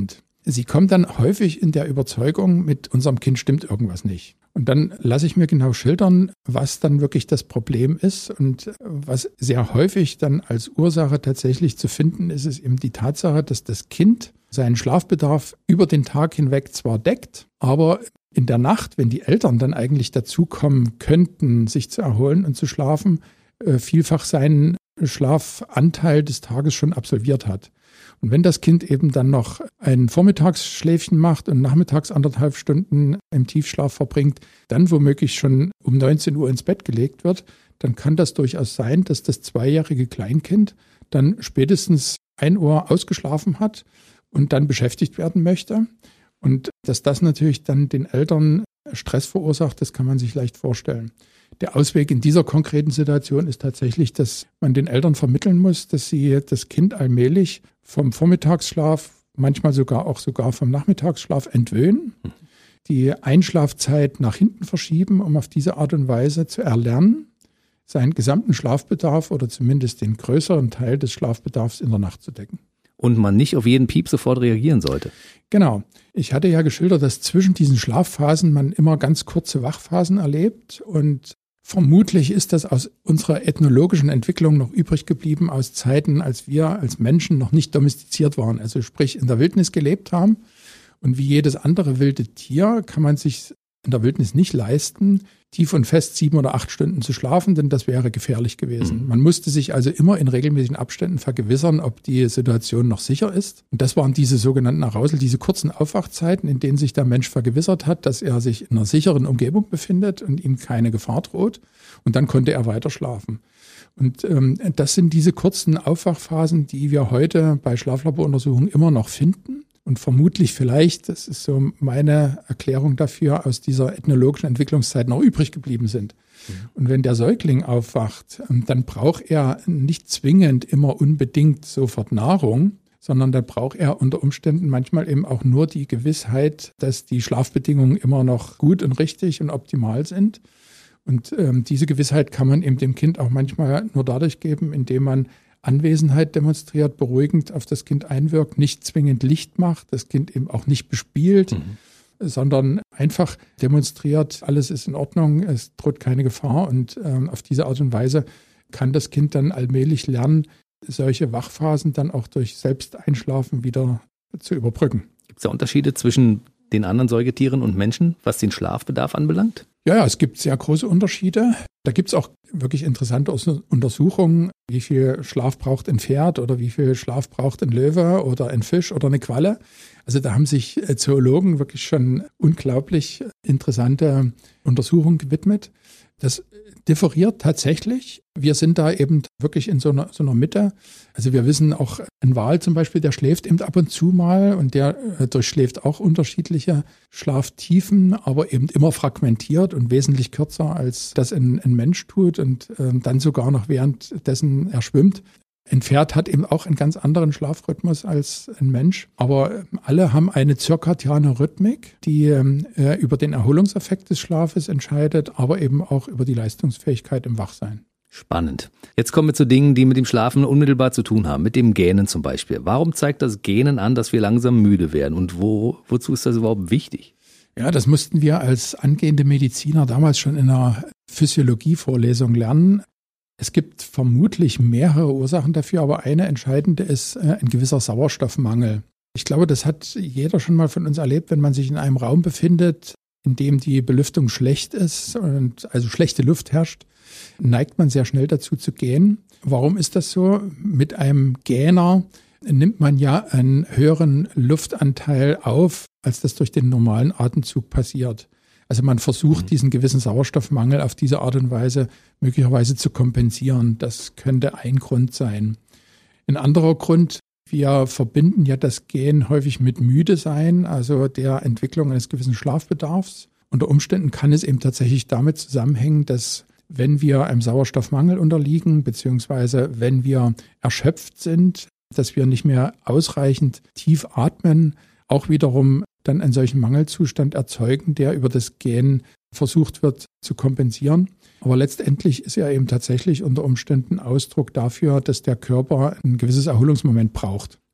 sie kommen dann häufig in der Überzeugung, mit unserem Kind stimmt irgendwas nicht. Und dann lasse ich mir genau schildern, was dann wirklich das Problem ist. Und was sehr häufig dann als Ursache tatsächlich zu finden ist, ist eben die Tatsache, dass das Kind seinen Schlafbedarf über den Tag hinweg zwar deckt, aber in der Nacht, wenn die Eltern dann eigentlich dazu kommen könnten, sich zu erholen und zu schlafen, vielfach seinen Schlafanteil des Tages schon absolviert hat. Und wenn das Kind eben dann noch ein Vormittagsschläfchen macht und nachmittags 1,5 Stunden im Tiefschlaf verbringt, dann womöglich schon um 19 Uhr ins Bett gelegt wird, dann kann das durchaus sein, dass das 2-jährige Kleinkind dann spätestens 1 Uhr ausgeschlafen hat und dann beschäftigt werden möchte. Und dass das natürlich dann den Eltern Stress verursacht, das kann man sich leicht vorstellen. Der Ausweg in dieser konkreten Situation ist tatsächlich, dass man den Eltern vermitteln muss, dass sie das Kind allmählich vom Vormittagsschlaf, manchmal sogar vom Nachmittagsschlaf entwöhnen, die Einschlafzeit nach hinten verschieben, um auf diese Art und Weise zu erlernen, seinen gesamten Schlafbedarf oder zumindest den größeren Teil des Schlafbedarfs in der Nacht zu decken. Und man nicht auf jeden Piep sofort reagieren sollte. Genau. Ich hatte ja geschildert, dass zwischen diesen Schlafphasen man immer ganz kurze Wachphasen erlebt und vermutlich ist das aus unserer ethnologischen Entwicklung noch übrig geblieben aus Zeiten, als wir als Menschen noch nicht domestiziert waren, also sprich in der Wildnis gelebt haben. Und wie jedes andere wilde Tier kann man sich in der Wildnis nicht leisten, tief und fest 7 oder 8 Stunden zu schlafen, denn das wäre gefährlich gewesen. Man musste sich also immer in regelmäßigen Abständen vergewissern, ob die Situation noch sicher ist. Und das waren diese sogenannten Arousal, diese kurzen Aufwachzeiten, in denen sich der Mensch vergewissert hat, dass er sich in einer sicheren Umgebung befindet und ihm keine Gefahr droht. Und dann konnte er weiter schlafen. Und das sind diese kurzen Aufwachphasen, die wir heute bei Schlaflaboruntersuchungen immer noch finden. Und vermutlich vielleicht, das ist so meine Erklärung dafür, aus dieser ethnologischen Entwicklungszeit noch übrig geblieben sind. Und wenn der Säugling aufwacht, dann braucht er nicht zwingend immer unbedingt sofort Nahrung, sondern dann braucht er unter Umständen manchmal eben auch nur die Gewissheit, dass die Schlafbedingungen immer noch gut und richtig und optimal sind. Und diese Gewissheit kann man eben dem Kind auch manchmal nur dadurch geben, indem man Anwesenheit demonstriert, beruhigend auf das Kind einwirkt, nicht zwingend Licht macht, das Kind eben auch nicht bespielt, sondern einfach demonstriert, alles ist in Ordnung, es droht keine Gefahr und auf diese Art und Weise kann das Kind dann allmählich lernen, solche Wachphasen dann auch durch Selbsteinschlafen wieder zu überbrücken. Gibt es da Unterschiede zwischen den anderen Säugetieren und Menschen, was den Schlafbedarf anbelangt? Ja, es gibt sehr große Unterschiede. Da gibt es auch wirklich interessante Untersuchungen, wie viel Schlaf braucht ein Pferd oder wie viel Schlaf braucht ein Löwe oder ein Fisch oder eine Qualle. Also da haben sich Zoologen wirklich schon unglaublich interessante Untersuchungen gewidmet. Das differiert tatsächlich. Wir sind da eben wirklich in so einer Mitte. Also wir wissen auch, ein Wal zum Beispiel, der schläft eben ab und zu mal und der durchschläft auch unterschiedliche Schlaftiefen, aber eben immer fragmentiert und wesentlich kürzer, als das ein Mensch tut und dann sogar noch währenddessen er schwimmt. Ein Pferd hat eben auch einen ganz anderen Schlafrhythmus als ein Mensch, aber alle haben eine zirkadiane Rhythmik, die über den Erholungseffekt des Schlafes entscheidet, aber eben auch über die Leistungsfähigkeit im Wachsein. Spannend. Jetzt kommen wir zu Dingen, die mit dem Schlafen unmittelbar zu tun haben, mit dem Gähnen zum Beispiel. Warum zeigt das Gähnen an, dass wir langsam müde werden und wozu ist das überhaupt wichtig? Ja, das mussten wir als angehende Mediziner damals schon in einer Physiologievorlesung lernen. Es gibt vermutlich mehrere Ursachen dafür, aber eine entscheidende ist ein gewisser Sauerstoffmangel. Ich glaube, das hat jeder schon mal von uns erlebt, wenn man sich in einem Raum befindet, in dem die Belüftung schlecht ist und also schlechte Luft herrscht, neigt man sehr schnell dazu zu gähnen. Warum ist das so? Mit einem Gähner nimmt man ja einen höheren Luftanteil auf, als das durch den normalen Atemzug passiert. Also man versucht, diesen gewissen Sauerstoffmangel auf diese Art und Weise möglicherweise zu kompensieren. Das könnte ein Grund sein. Ein anderer Grund, wir verbinden ja das Gähnen häufig mit müde sein, also der Entwicklung eines gewissen Schlafbedarfs. Unter Umständen kann es eben tatsächlich damit zusammenhängen, dass wenn wir einem Sauerstoffmangel unterliegen, beziehungsweise wenn wir erschöpft sind, dass wir nicht mehr ausreichend tief atmen, auch wiederum dann einen solchen Mangelzustand erzeugen, der über das Gähnen versucht wird zu kompensieren. Aber letztendlich ist er eben tatsächlich unter Umständen Ausdruck dafür, dass der Körper ein gewisses Erholungsmoment braucht.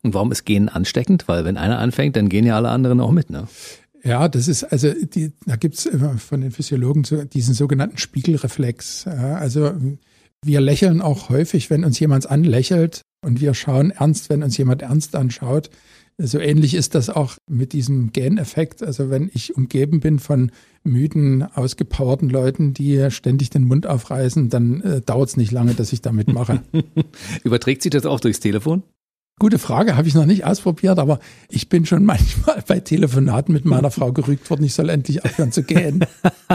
Und warum ist Gehen ansteckend? Weil wenn einer anfängt, dann gehen ja alle anderen auch mit, ne? Ja, das ist also, da gibt's immer von den Physiologen diesen sogenannten Spiegelreflex. Ja, also wir lächeln auch häufig, wenn uns jemand anlächelt, und wir schauen ernst, wenn uns jemand ernst anschaut. So ähnlich ist das auch mit diesem Gähneffekt. Also wenn ich umgeben bin von müden, ausgepowerten Leuten, die ständig den Mund aufreißen, dann dauert es nicht lange, dass ich damit mache. Überträgt sich das auch durchs Telefon? Gute Frage, habe ich noch nicht ausprobiert, aber ich bin schon manchmal bei Telefonaten mit meiner Frau gerügt worden, ich soll endlich aufhören zu gähnen.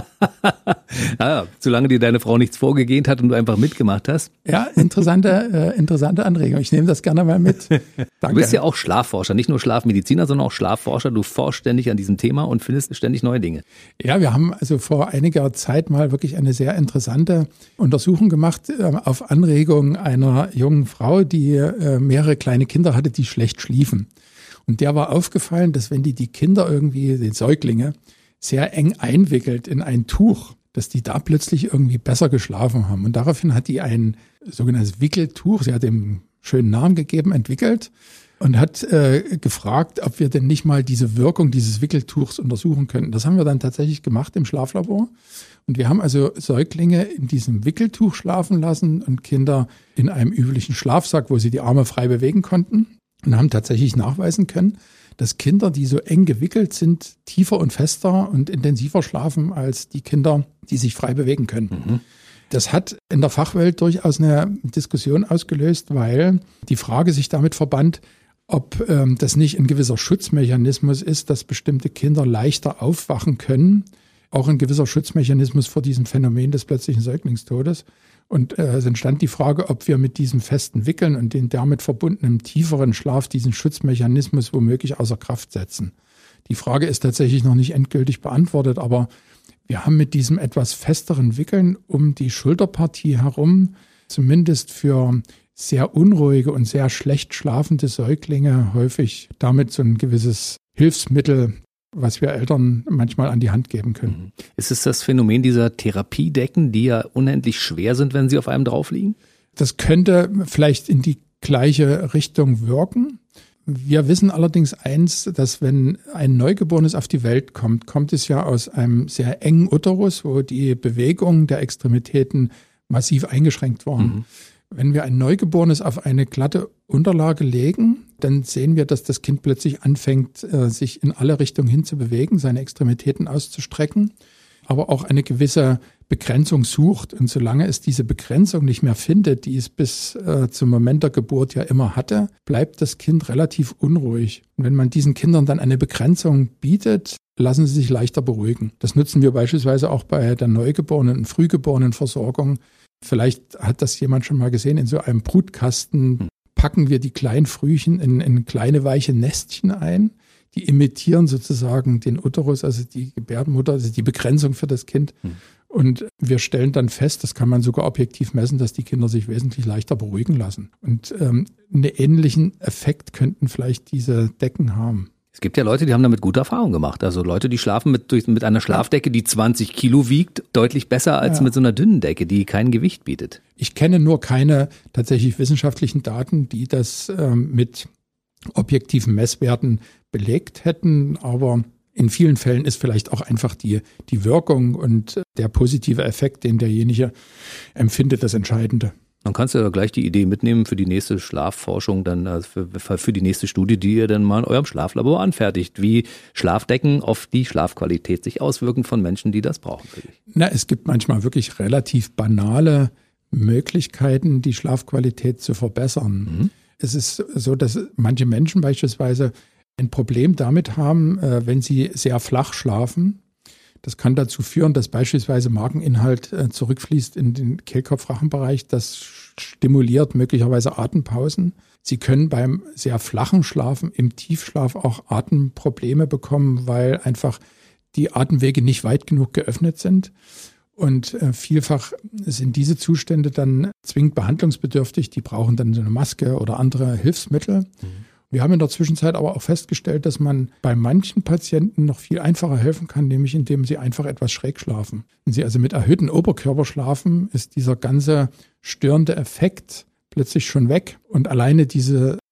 Solange dir deine Frau nichts vorgegähnt hat und du einfach mitgemacht hast. Ja, interessante Anregung. Ich nehme das gerne mal mit. Danke. Du bist ja auch Schlafforscher, nicht nur Schlafmediziner, sondern auch Schlafforscher. Du forschst ständig an diesem Thema und findest ständig neue Dinge. Ja, wir haben also vor einiger Zeit mal wirklich eine sehr interessante Untersuchung gemacht auf Anregung einer jungen Frau, die mehrere kleine Kinder hatte, die schlecht schliefen. Und der war aufgefallen, dass wenn die Kinder irgendwie, die Säuglinge, sehr eng einwickelt in ein Tuch, dass die da plötzlich irgendwie besser geschlafen haben. Und daraufhin hat die ein sogenanntes Wickeltuch, sie hat dem schönen Namen gegeben, entwickelt und hat gefragt, ob wir denn nicht mal diese Wirkung dieses Wickeltuchs untersuchen könnten. Das haben wir dann tatsächlich gemacht im Schlaflabor. Und wir haben also Säuglinge in diesem Wickeltuch schlafen lassen und Kinder in einem üblichen Schlafsack, wo sie die Arme frei bewegen konnten, und haben tatsächlich nachweisen können, dass Kinder, die so eng gewickelt sind, tiefer und fester und intensiver schlafen als die Kinder, die sich frei bewegen können. Mhm. Das hat in der Fachwelt durchaus eine Diskussion ausgelöst, weil die Frage sich damit verband, ob das nicht ein gewisser Schutzmechanismus ist, dass bestimmte Kinder leichter aufwachen können, auch ein gewisser Schutzmechanismus vor diesem Phänomen des plötzlichen Säuglingstodes. Und es entstand die Frage, ob wir mit diesem festen Wickeln und den damit verbundenen tieferen Schlaf diesen Schutzmechanismus womöglich außer Kraft setzen. Die Frage ist tatsächlich noch nicht endgültig beantwortet, aber wir haben mit diesem etwas festeren Wickeln um die Schulterpartie herum zumindest für sehr unruhige und sehr schlecht schlafende Säuglinge häufig damit so ein gewisses Hilfsmittel, was wir Eltern manchmal an die Hand geben können. Ist es das Phänomen dieser Therapiedecken, die ja unendlich schwer sind, wenn sie auf einem drauf liegen? Das könnte vielleicht in die gleiche Richtung wirken. Wir wissen allerdings eins, dass wenn ein Neugeborenes auf die Welt kommt, kommt es ja aus einem sehr engen Uterus, wo die Bewegung der Extremitäten massiv eingeschränkt waren. Mhm. Wenn wir ein Neugeborenes auf eine glatte Unterlage legen, dann sehen wir, dass das Kind plötzlich anfängt, sich in alle Richtungen hin zu bewegen, seine Extremitäten auszustrecken, aber auch eine gewisse Begrenzung sucht. Und solange es diese Begrenzung nicht mehr findet, die es bis zum Moment der Geburt ja immer hatte, bleibt das Kind relativ unruhig. Und wenn man diesen Kindern dann eine Begrenzung bietet, lassen sie sich leichter beruhigen. Das nutzen wir beispielsweise auch bei der Neugeborenen- und Frühgeborenenversorgung. Vielleicht hat das jemand schon mal gesehen, in so einem Brutkasten packen wir die kleinen Frühchen in kleine weiche Nestchen ein. Die imitieren sozusagen den Uterus, also die Gebärmutter, also die Begrenzung für das Kind. Und wir stellen dann fest, das kann man sogar objektiv messen, dass die Kinder sich wesentlich leichter beruhigen lassen. Und einen ähnlichen Effekt könnten vielleicht diese Decken haben. Es gibt ja Leute, die haben damit gute Erfahrungen gemacht. Also Leute, die schlafen mit einer Schlafdecke, die 20 Kilo wiegt, deutlich besser als mit so einer dünnen Decke, die kein Gewicht bietet. Ich kenne nur keine tatsächlich wissenschaftlichen Daten, die das mit objektiven Messwerten belegt hätten. Aber in vielen Fällen ist vielleicht auch einfach die Wirkung und der positive Effekt, den derjenige empfindet, das Entscheidende. Dann kannst du ja gleich die Idee mitnehmen für die nächste Schlafforschung, dann für die nächste Studie, die ihr dann mal in eurem Schlaflabor anfertigt, wie Schlafdecken auf die Schlafqualität sich auswirken von Menschen, die das brauchen. Es gibt manchmal wirklich relativ banale Möglichkeiten, die Schlafqualität zu verbessern. Mhm. Es ist so, dass manche Menschen beispielsweise ein Problem damit haben, wenn sie sehr flach schlafen. Das kann dazu führen, dass beispielsweise Mageninhalt zurückfließt in den Kehlkopf-Rachenbereich. Das stimuliert möglicherweise Atempausen. Sie können beim sehr flachen Schlafen im Tiefschlaf auch Atemprobleme bekommen, weil einfach die Atemwege nicht weit genug geöffnet sind. Und vielfach sind diese Zustände dann zwingend behandlungsbedürftig. Die brauchen dann so eine Maske oder andere Hilfsmittel. Wir haben in der Zwischenzeit aber auch festgestellt, dass man bei manchen Patienten noch viel einfacher helfen kann, nämlich indem sie einfach etwas schräg schlafen. Wenn sie also mit erhöhtem Oberkörper schlafen, ist dieser ganze störende Effekt plötzlich schon weg. Und alleine diese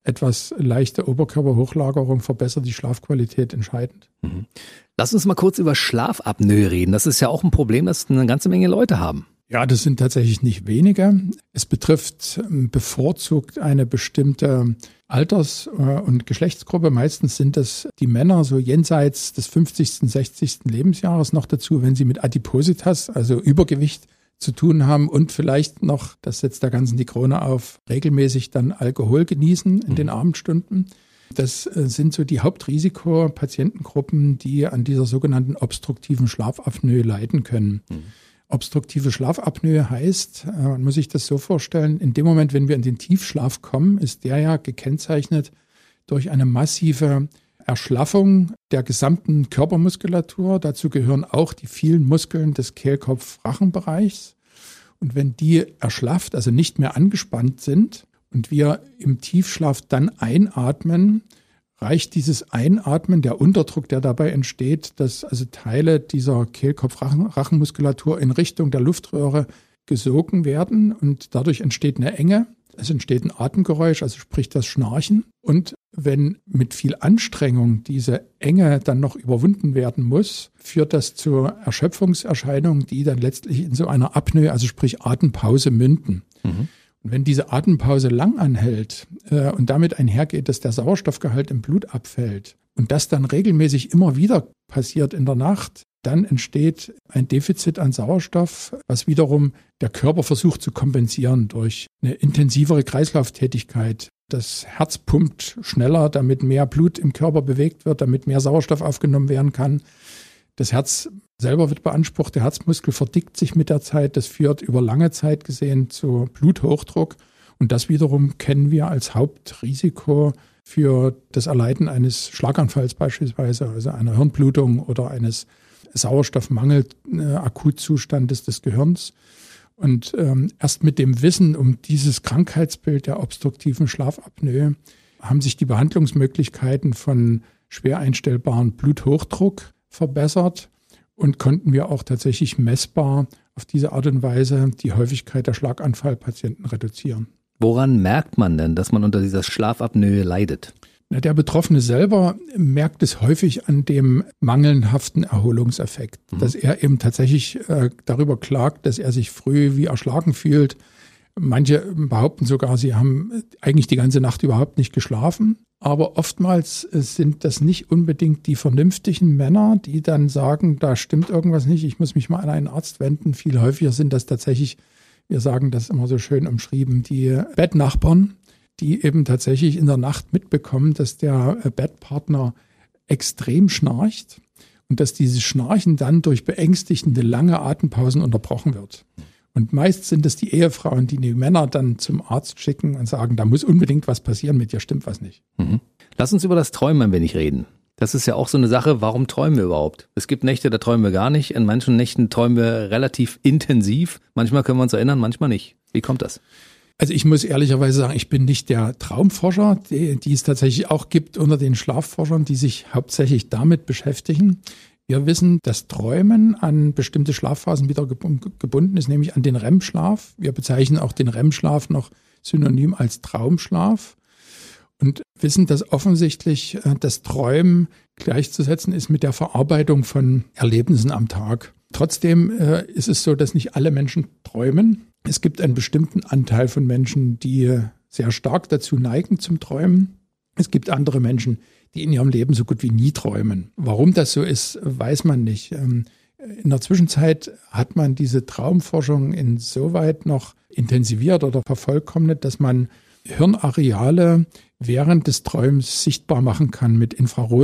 etwas leichte Oberkörperhochlagerung verbessert die Schlafqualität entscheidend. Lass uns mal kurz über Schlafapnoe reden. Das ist ja auch ein Problem, das eine ganze Menge Leute haben. Ja, das sind tatsächlich nicht wenige. Es betrifft bevorzugt eine bestimmte Alters- und Geschlechtsgruppe. Meistens sind das die Männer so jenseits des 50., 60. Lebensjahres noch dazu, wenn sie mit Adipositas, also Übergewicht, zu tun haben und vielleicht noch, das setzt der ganzen die Krone auf, regelmäßig dann Alkohol genießen in den Abendstunden. Das sind so die Hauptrisikopatientengruppen, die an dieser sogenannten obstruktiven Schlafapnoe leiden können. Obstruktive Schlafapnoe heißt, man muss sich das so vorstellen, in dem Moment, wenn wir in den Tiefschlaf kommen, ist der ja gekennzeichnet durch eine massive Erschlaffung der gesamten Körpermuskulatur. Dazu gehören auch die vielen Muskeln des Kehlkopf-Rachenbereichs. Und wenn die erschlafft, also nicht mehr angespannt sind und wir im Tiefschlaf dann einatmen, reicht dieses Einatmen, der Unterdruck, der dabei entsteht, dass also Teile dieser Kehlkopf-Rachenmuskulatur in Richtung der Luftröhre gesogen werden und dadurch entsteht eine Enge. Es entsteht ein Atemgeräusch, also sprich das Schnarchen. Und wenn mit viel Anstrengung diese Enge dann noch überwunden werden muss, führt das zu Erschöpfungserscheinungen, die dann letztlich in so einer Apnoe, also sprich Atempause, münden. Und wenn diese Atempause lang anhält und damit einhergeht, dass der Sauerstoffgehalt im Blut abfällt und das dann regelmäßig immer wieder passiert in der Nacht, dann entsteht ein Defizit an Sauerstoff, was wiederum der Körper versucht zu kompensieren durch eine intensivere Kreislauftätigkeit. Das Herz pumpt schneller, damit mehr Blut im Körper bewegt wird, damit mehr Sauerstoff aufgenommen werden kann. Das Herz selber wird beansprucht, der Herzmuskel verdickt sich mit der Zeit. Das führt über lange Zeit gesehen zu Bluthochdruck. Und das wiederum kennen wir als Hauptrisiko für das Erleiden eines Schlaganfalls beispielsweise, also einer Hirnblutung oder eines Sauerstoffmangel, Akutzustandes des Gehirns. Und erst mit dem Wissen um dieses Krankheitsbild der obstruktiven Schlafapnoe haben sich die Behandlungsmöglichkeiten von schwer einstellbaren Bluthochdruck verbessert und konnten wir auch tatsächlich messbar auf diese Art und Weise die Häufigkeit der Schlaganfallpatienten reduzieren. Woran merkt man denn, dass man unter dieser Schlafapnoe leidet? Der Betroffene selber merkt es häufig an dem mangelhaften Erholungseffekt, dass er eben tatsächlich darüber klagt, dass er sich früh wie erschlagen fühlt. Manche behaupten sogar, sie haben eigentlich die ganze Nacht überhaupt nicht geschlafen. Aber oftmals sind das nicht unbedingt die vernünftigen Männer, die dann sagen, da stimmt irgendwas nicht, ich muss mich mal an einen Arzt wenden. Viel häufiger sind das tatsächlich, wir sagen das immer so schön umschrieben, die Bettnachbarn, die eben tatsächlich in der Nacht mitbekommen, dass der Bettpartner extrem schnarcht und dass dieses Schnarchen dann durch beängstigende lange Atempausen unterbrochen wird. Und meist sind es die Ehefrauen, die Männer dann zum Arzt schicken und sagen, da muss unbedingt was passieren, mit dir stimmt was nicht. Lass uns über das Träumen ein wenig reden. Das ist ja auch so eine Sache, warum träumen wir überhaupt? Es gibt Nächte, da träumen wir gar nicht. In manchen Nächten träumen wir relativ intensiv. Manchmal können wir uns erinnern, manchmal nicht. Wie kommt das? Also ich muss ehrlicherweise sagen, ich bin nicht der Traumforscher, die es tatsächlich auch gibt unter den Schlafforschern, die sich hauptsächlich damit beschäftigen. Wir wissen, dass Träumen an bestimmte Schlafphasen wieder gebunden ist, nämlich an den REM-Schlaf. Wir bezeichnen auch den REM-Schlaf noch synonym als Traumschlaf und wissen, dass offensichtlich das Träumen gleichzusetzen ist mit der Verarbeitung von Erlebnissen am Tag. Trotzdem ist es so, dass nicht alle Menschen träumen. Es gibt einen bestimmten Anteil von Menschen, die sehr stark dazu neigen zum Träumen. Es gibt andere Menschen, die in ihrem Leben so gut wie nie träumen. Warum das so ist, weiß man nicht. In der Zwischenzeit hat man diese Traumforschung insoweit noch intensiviert oder vervollkommnet, dass man Hirnareale während des Träums sichtbar machen kann mit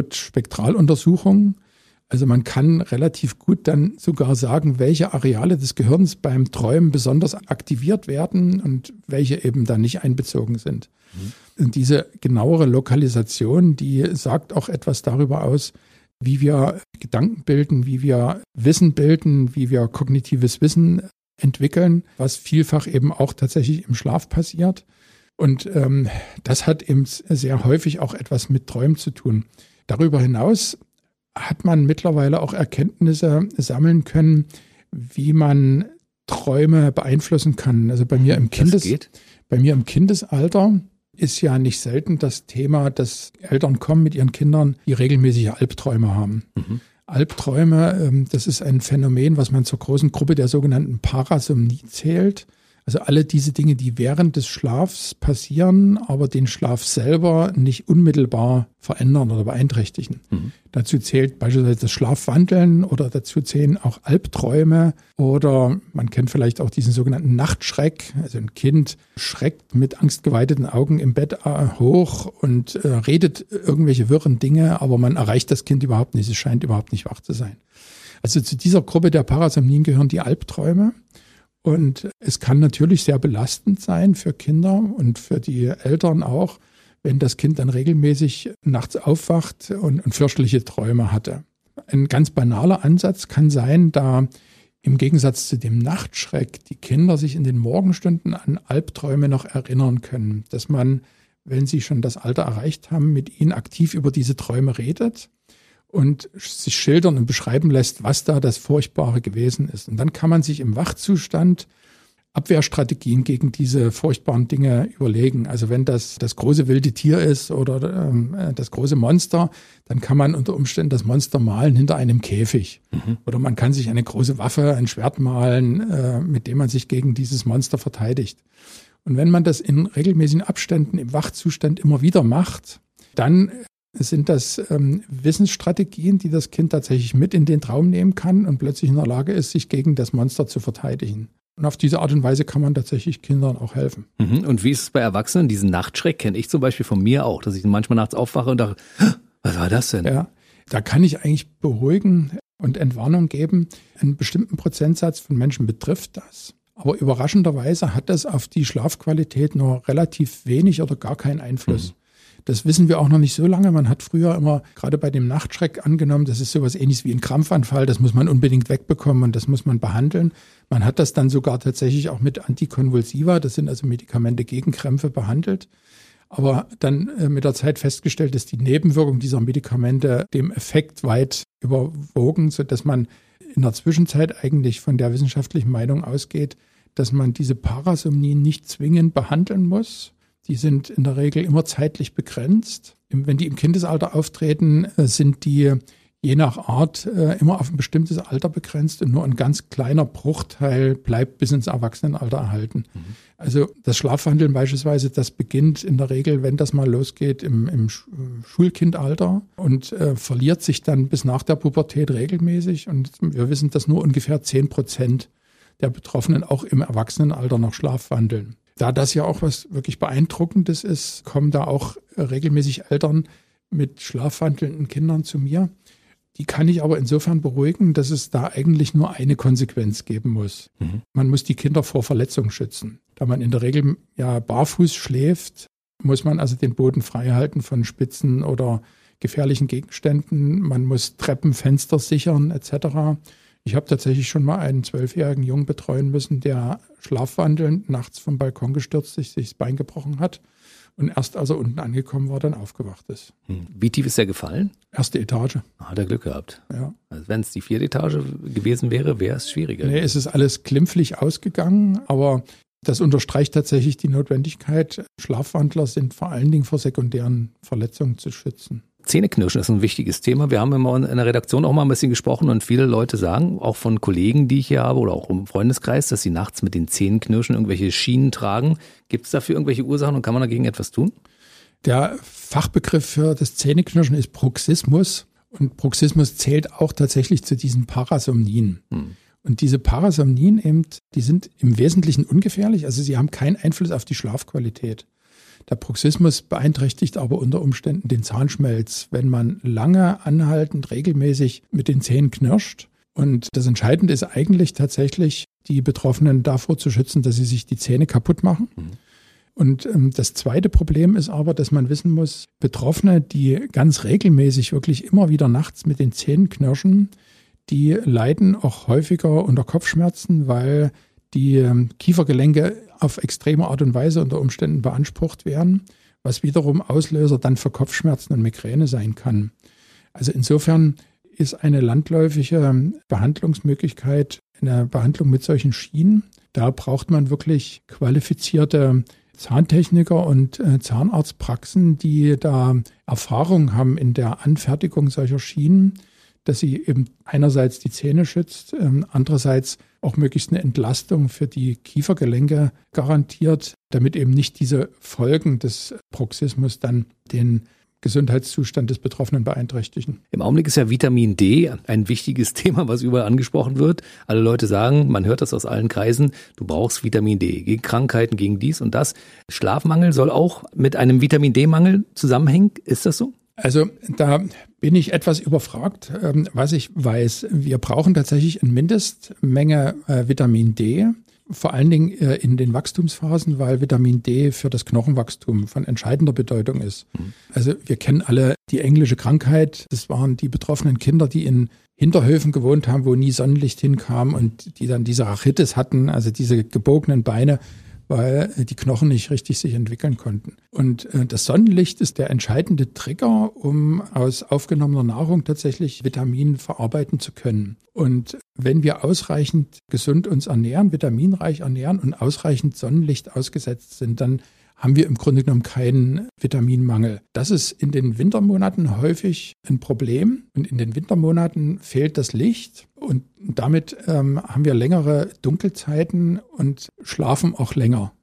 Infrarotspektraluntersuchungen. Also man kann relativ gut dann sogar sagen, welche Areale des Gehirns beim Träumen besonders aktiviert werden und welche eben dann nicht einbezogen sind. Und diese genauere Lokalisation, die sagt auch etwas darüber aus, wie wir Gedanken bilden, wie wir Wissen bilden, wie wir kognitives Wissen entwickeln, was vielfach eben auch tatsächlich im Schlaf passiert. Und das hat eben sehr häufig auch etwas mit Träumen zu tun. Darüber hinaus hat man mittlerweile auch Erkenntnisse sammeln können, wie man Träume beeinflussen kann. Also bei mir im Kindesalter ist ja nicht selten das Thema, dass Eltern kommen mit ihren Kindern, die regelmäßige Albträume haben. Albträume, das ist ein Phänomen, was man zur großen Gruppe der sogenannten Parasomnie zählt. Also alle diese Dinge, die während des Schlafs passieren, aber den Schlaf selber nicht unmittelbar verändern oder beeinträchtigen. Dazu zählt beispielsweise das Schlafwandeln oder dazu zählen auch Albträume oder man kennt vielleicht auch diesen sogenannten Nachtschreck. Also ein Kind schreckt mit angstgeweiteten Augen im Bett hoch und redet irgendwelche wirren Dinge, aber man erreicht das Kind überhaupt nicht. Es scheint überhaupt nicht wach zu sein. Also zu dieser Gruppe der Parasomnien gehören die Albträume. Und es kann natürlich sehr belastend sein für Kinder und für die Eltern auch, wenn das Kind dann regelmäßig nachts aufwacht und fürchterliche Träume hatte. Ein ganz banaler Ansatz kann sein, da im Gegensatz zu dem Nachtschreck die Kinder sich in den Morgenstunden an Albträume noch erinnern können, dass man, wenn sie schon das Alter erreicht haben, mit ihnen aktiv über diese Träume redet und sich schildern und beschreiben lässt, was da das Furchtbare gewesen ist. Und dann kann man sich im Wachzustand Abwehrstrategien gegen diese furchtbaren Dinge überlegen. Also wenn das große wilde Tier ist oder das große Monster, dann kann man unter Umständen das Monster malen hinter einem Käfig. Oder man kann sich eine große Waffe, ein Schwert malen, mit dem man sich gegen dieses Monster verteidigt. Und wenn man das in regelmäßigen Abständen im Wachzustand immer wieder macht, dann sind das Wissensstrategien, die das Kind tatsächlich mit in den Traum nehmen kann und plötzlich in der Lage ist, sich gegen das Monster zu verteidigen. Und auf diese Art und Weise kann man tatsächlich Kindern auch helfen. Und wie ist es bei Erwachsenen? Diesen Nachtschreck kenne ich zum Beispiel von mir auch, dass ich manchmal nachts aufwache und dachte, was war das denn? Ja, da kann ich eigentlich beruhigen und Entwarnung geben. Einen bestimmten Prozentsatz von Menschen betrifft das. Aber überraschenderweise hat das auf die Schlafqualität nur relativ wenig oder gar keinen Einfluss. Das wissen wir auch noch nicht so lange. Man hat früher immer gerade bei dem Nachtschreck angenommen, das ist sowas Ähnliches wie ein Krampfanfall, das muss man unbedingt wegbekommen und das muss man behandeln. Man hat das dann sogar tatsächlich auch mit Antikonvulsiva, das sind also Medikamente gegen Krämpfe, behandelt. Aber dann mit der Zeit festgestellt, dass die Nebenwirkungen dieser Medikamente dem Effekt weit überwogen, sodass man in der Zwischenzeit eigentlich von der wissenschaftlichen Meinung ausgeht, dass man diese Parasomnien nicht zwingend behandeln muss. Die sind in der Regel immer zeitlich begrenzt. Wenn die im Kindesalter auftreten, sind die je nach Art immer auf ein bestimmtes Alter begrenzt und nur ein ganz kleiner Bruchteil bleibt bis ins Erwachsenenalter erhalten. Also das Schlafwandeln beispielsweise, das beginnt in der Regel, wenn das mal losgeht, im Schulkindalter und verliert sich dann bis nach der Pubertät regelmäßig. Und wir wissen, dass nur ungefähr 10% der Betroffenen auch im Erwachsenenalter noch schlafwandeln. Da das ja auch was wirklich Beeindruckendes ist, kommen da auch regelmäßig Eltern mit schlafwandelnden Kindern zu mir. Die kann ich aber insofern beruhigen, dass es da eigentlich nur eine Konsequenz geben muss. Man muss die Kinder vor Verletzungen schützen. Da man in der Regel ja barfuß schläft, muss man also den Boden frei halten von Spitzen oder gefährlichen Gegenständen. Man muss Treppen, Fenster sichern etc. Ich habe tatsächlich schon mal einen 12-jährigen Jungen betreuen müssen, der schlafwandelnd nachts vom Balkon gestürzt ist, sich das Bein gebrochen hat und erst als er unten angekommen war, dann aufgewacht ist. Wie tief ist er gefallen? 1. Etage. Hat er Glück gehabt. Ja. Also wenn es die 4. Etage gewesen wäre, wäre es schwieriger. Nee, es ist alles glimpflich ausgegangen, aber das unterstreicht tatsächlich die Notwendigkeit. Schlafwandler sind vor allen Dingen vor sekundären Verletzungen zu schützen. Zähneknirschen ist ein wichtiges Thema. Wir haben immer in der Redaktion auch mal ein bisschen gesprochen und viele Leute sagen, auch von Kollegen, die ich hier habe oder auch im Freundeskreis, dass sie nachts mit den Zähnen knirschen, irgendwelche Schienen tragen. Gibt es dafür irgendwelche Ursachen und kann man dagegen etwas tun? Der Fachbegriff für das Zähneknirschen ist Bruxismus und Bruxismus zählt auch tatsächlich zu diesen Parasomnien. Und diese Parasomnien eben, die sind im Wesentlichen ungefährlich, also sie haben keinen Einfluss auf die Schlafqualität. Der Bruxismus beeinträchtigt aber unter Umständen den Zahnschmelz, wenn man lange anhaltend regelmäßig mit den Zähnen knirscht. Und das Entscheidende ist eigentlich tatsächlich, die Betroffenen davor zu schützen, dass sie sich die Zähne kaputt machen. Und das zweite Problem ist aber, dass man wissen muss, Betroffene, die ganz regelmäßig wirklich immer wieder nachts mit den Zähnen knirschen, die leiden auch häufiger unter Kopfschmerzen, weil die Kiefergelenke auf extreme Art und Weise unter Umständen beansprucht werden, was wiederum Auslöser dann für Kopfschmerzen und Migräne sein kann. Also insofern ist eine landläufige Behandlungsmöglichkeit eine Behandlung mit solchen Schienen. Da braucht man wirklich qualifizierte Zahntechniker und Zahnarztpraxen, die da Erfahrung haben in der Anfertigung solcher Schienen, dass sie eben einerseits die Zähne schützt, andererseits auch möglichst eine Entlastung für die Kiefergelenke garantiert, damit eben nicht diese Folgen des Bruxismus dann den Gesundheitszustand des Betroffenen beeinträchtigen. Im Augenblick ist ja Vitamin D ein wichtiges Thema, was überall angesprochen wird. Alle Leute sagen, man hört das aus allen Kreisen, du brauchst Vitamin D gegen Krankheiten, gegen dies und das. Schlafmangel soll auch mit einem Vitamin D-Mangel zusammenhängen. Ist das so? Also da bin ich etwas überfragt, was ich weiß. Wir brauchen tatsächlich eine Mindestmenge Vitamin D, vor allen Dingen in den Wachstumsphasen, weil Vitamin D für das Knochenwachstum von entscheidender Bedeutung ist. Also wir kennen alle die englische Krankheit. Das waren die betroffenen Kinder, die in Hinterhöfen gewohnt haben, wo nie Sonnenlicht hinkam und die dann diese Arthritis hatten, also diese gebogenen Beine, weil die Knochen nicht richtig sich entwickeln konnten. Und das Sonnenlicht ist der entscheidende Trigger, um aus aufgenommener Nahrung tatsächlich Vitamin verarbeiten zu können. Und wenn wir ausreichend gesund uns ernähren, vitaminreich ernähren und ausreichend Sonnenlicht ausgesetzt sind, dann haben wir im Grunde genommen keinen Vitaminmangel. Das ist in den Wintermonaten häufig ein Problem. Und in den Wintermonaten fehlt das Licht. Und damit haben wir längere Dunkelzeiten und schlafen auch länger.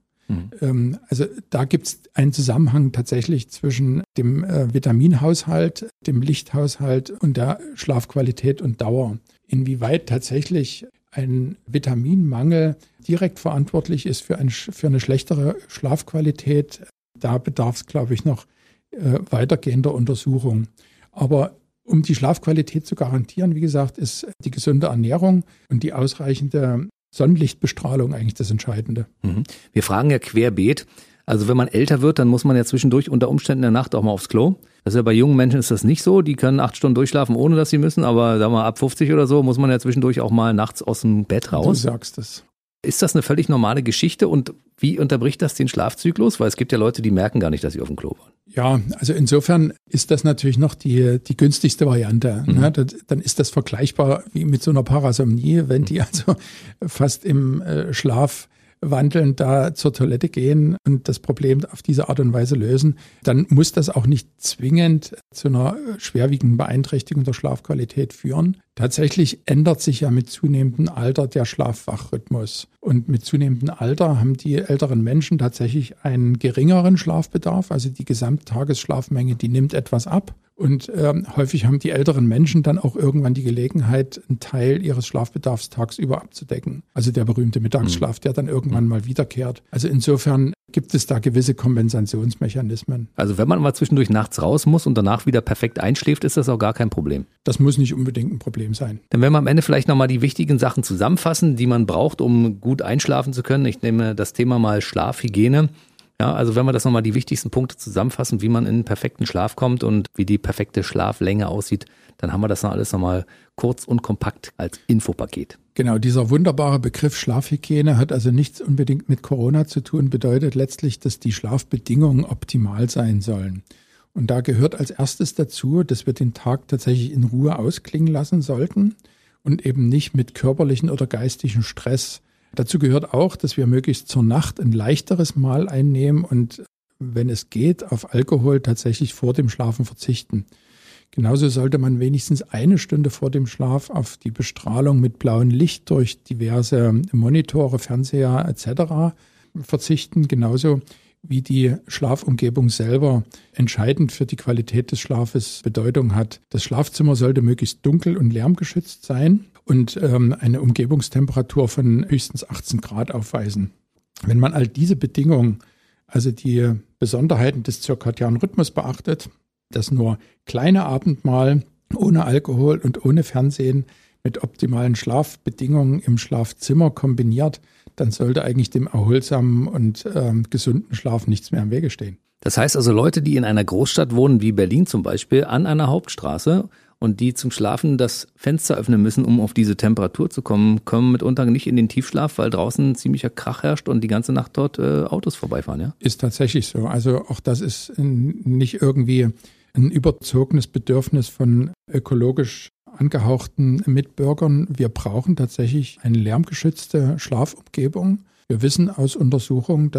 Also da gibt es einen Zusammenhang tatsächlich zwischen dem Vitaminhaushalt, dem Lichthaushalt und der Schlafqualität und Dauer. Inwieweit tatsächlich ein Vitaminmangel direkt verantwortlich ist für eine schlechtere Schlafqualität, da bedarf es, glaube ich, noch weitergehender Untersuchung. Aber um die Schlafqualität zu garantieren, wie gesagt, ist die gesunde Ernährung und die ausreichende Sonnenlichtbestrahlung eigentlich das Entscheidende. Wir fragen ja querbeet. Also wenn man älter wird, dann muss man ja zwischendurch unter Umständen in der Nacht auch mal aufs Klo. Das ist ja bei jungen Menschen ist das nicht so. Die können 8 Stunden durchschlafen, ohne dass sie müssen. Aber sagen wir mal, ab 50 oder so muss man ja zwischendurch auch mal nachts aus dem Bett raus. Du sagst es. Ist das eine völlig normale Geschichte und wie unterbricht das den Schlafzyklus? Weil es gibt ja Leute, die merken gar nicht, dass sie auf dem Klo waren. Ja, also insofern ist das natürlich noch die günstigste Variante. Ne? Dann ist das vergleichbar wie mit so einer Parasomnie, wenn die also fast im Schlaf wandeln, da zur Toilette gehen und das Problem auf diese Art und Weise lösen, dann muss das auch nicht zwingend zu einer schwerwiegenden Beeinträchtigung der Schlafqualität führen. Tatsächlich ändert sich ja mit zunehmendem Alter der Schlaf-Wach-Rhythmus. Und mit zunehmendem Alter haben die älteren Menschen tatsächlich einen geringeren Schlafbedarf. Also die Gesamttagesschlafmenge, die nimmt etwas ab. Und häufig haben die älteren Menschen dann auch irgendwann die Gelegenheit, einen Teil ihres Schlafbedarfs tagsüber abzudecken. Also der berühmte Mittagsschlaf, der dann irgendwann mal wiederkehrt. Also insofern gibt es da gewisse Kompensationsmechanismen. Also wenn man mal zwischendurch nachts raus muss und danach wieder perfekt einschläft, ist das auch gar kein Problem. Das muss nicht unbedingt ein Problem sein. Dann werden wir am Ende vielleicht nochmal die wichtigen Sachen zusammenfassen, die man braucht, um gut einschlafen zu können. Ich nehme das Thema mal Schlafhygiene. Ja, also wenn wir das nochmal die wichtigsten Punkte zusammenfassen, wie man in einen perfekten Schlaf kommt und wie die perfekte Schlaflänge aussieht, dann haben wir das noch alles nochmal kurz und kompakt als Infopaket. Genau, dieser wunderbare Begriff Schlafhygiene hat also nichts unbedingt mit Corona zu tun, bedeutet letztlich, dass die Schlafbedingungen optimal sein sollen. Und da gehört als erstes dazu, dass wir den Tag tatsächlich in Ruhe ausklingen lassen sollten und eben nicht mit körperlichen oder geistigen Stress. Dazu gehört auch, dass wir möglichst zur Nacht ein leichteres Mahl einnehmen und, wenn es geht, auf Alkohol tatsächlich vor dem Schlafen verzichten. Genauso sollte man wenigstens 1 Stunde vor dem Schlaf auf die Bestrahlung mit blauem Licht durch diverse Monitore, Fernseher etc. verzichten. Genauso wie die Schlafumgebung selber entscheidend für die Qualität des Schlafes Bedeutung hat. Das Schlafzimmer sollte möglichst dunkel und lärmgeschützt sein und eine Umgebungstemperatur von höchstens 18 Grad aufweisen. Wenn man all diese Bedingungen, also die Besonderheiten des zirkadianen Rhythmus beachtet, das nur kleine Abendmahl ohne Alkohol und ohne Fernsehen mit optimalen Schlafbedingungen im Schlafzimmer kombiniert, dann sollte eigentlich dem erholsamen und gesunden Schlaf nichts mehr im Wege stehen. Das heißt also, Leute, die in einer Großstadt wohnen, wie Berlin zum Beispiel, an einer Hauptstraße und die zum Schlafen das Fenster öffnen müssen, um auf diese Temperatur zu kommen, kommen mitunter nicht in den Tiefschlaf, weil draußen ziemlicher Krach herrscht und die ganze Nacht dort Autos vorbeifahren. Ja? Ist tatsächlich so. Also auch das ist nicht irgendwie ein überzogenes Bedürfnis von ökologisch angehauchten Mitbürgern. Wir brauchen tatsächlich eine lärmgeschützte Schlafumgebung. Wir wissen aus Untersuchungen, dass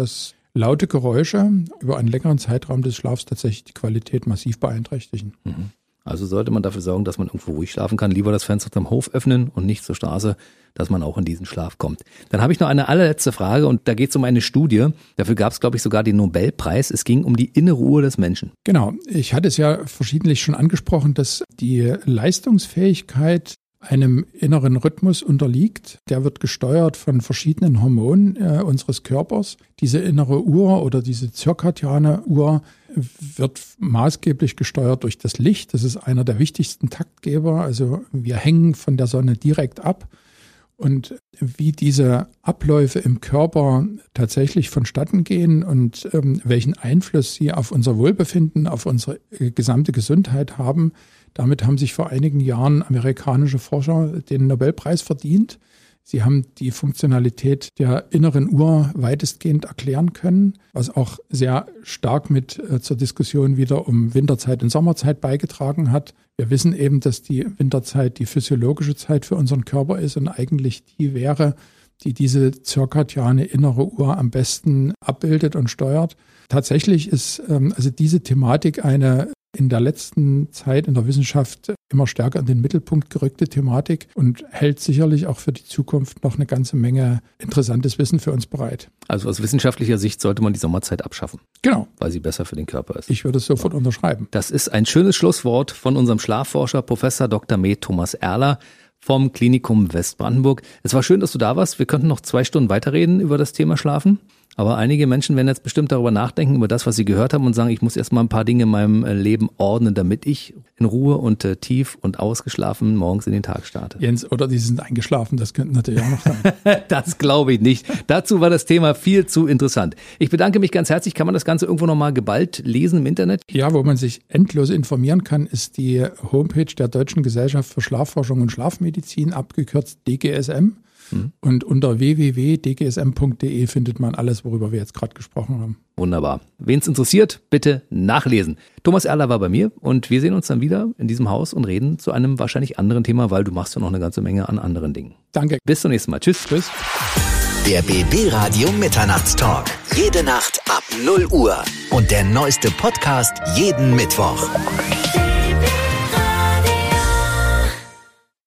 laute Geräusche über einen längeren Zeitraum des Schlafs tatsächlich die Qualität massiv beeinträchtigen. Also sollte man dafür sorgen, dass man irgendwo ruhig schlafen kann, lieber das Fenster zum Hof öffnen und nicht zur Straße, dass man auch in diesen Schlaf kommt. Dann habe ich noch eine allerletzte Frage und da geht es um eine Studie. Dafür gab es, glaube ich, sogar den Nobelpreis. Es ging um die innere Uhr des Menschen. Genau, ich hatte es ja verschiedentlich schon angesprochen, dass die Leistungsfähigkeit einem inneren Rhythmus unterliegt. Der wird gesteuert von verschiedenen Hormonen unseres Körpers. Diese innere Uhr oder diese zirkadiane Uhr wird maßgeblich gesteuert durch das Licht. Das ist einer der wichtigsten Taktgeber. Also wir hängen von der Sonne direkt ab. Und wie diese Abläufe im Körper tatsächlich vonstatten gehen und welchen Einfluss sie auf unser Wohlbefinden, auf unsere gesamte Gesundheit haben, damit haben sich vor einigen Jahren amerikanische Forscher den Nobelpreis verdient. Sie haben die Funktionalität der inneren Uhr weitestgehend erklären können, was auch sehr stark mit zur Diskussion wieder um Winterzeit und Sommerzeit beigetragen hat. Wir wissen eben, dass die Winterzeit die physiologische Zeit für unseren Körper ist und eigentlich die wäre, die diese zirkadiane innere Uhr am besten abbildet und steuert. Tatsächlich ist also diese Thematik eine in der letzten Zeit in der Wissenschaft immer stärker in den Mittelpunkt gerückte Thematik und hält sicherlich auch für die Zukunft noch eine ganze Menge interessantes Wissen für uns bereit. Also aus wissenschaftlicher Sicht sollte man die Sommerzeit abschaffen. Genau. Weil sie besser für den Körper ist. Ich würde es sofort unterschreiben. Das ist ein schönes Schlusswort von unserem Schlafforscher Professor Dr. Med. Thomas Erler vom Klinikum Westbrandenburg. Es war schön, dass du da warst. Wir könnten noch 2 Stunden weiterreden über das Thema Schlafen. Aber einige Menschen werden jetzt bestimmt darüber nachdenken, über das, was sie gehört haben und sagen, ich muss erst mal ein paar Dinge in meinem Leben ordnen, damit ich in Ruhe und tief und ausgeschlafen morgens in den Tag starte. Jens, oder die sind eingeschlafen, das könnte natürlich auch noch sein. Das glaube ich nicht. Dazu war das Thema viel zu interessant. Ich bedanke mich ganz herzlich. Kann man das Ganze irgendwo nochmal geballt lesen im Internet? Ja, wo man sich endlos informieren kann, ist die Homepage der Deutschen Gesellschaft für Schlafforschung und Schlafmedizin, abgekürzt DGSM. Und unter www.dgsm.de findet man alles, worüber wir jetzt gerade gesprochen haben. Wunderbar. Wen es interessiert, bitte nachlesen. Thomas Erler war bei mir und wir sehen uns dann wieder in diesem Haus und reden zu einem wahrscheinlich anderen Thema, weil du machst ja noch eine ganze Menge an anderen Dingen. Danke. Bis zum nächsten Mal. Tschüss. Tschüss. Der BB Radio Mitternachtstalk. Jede Nacht ab 0 Uhr. Und der neueste Podcast jeden Mittwoch.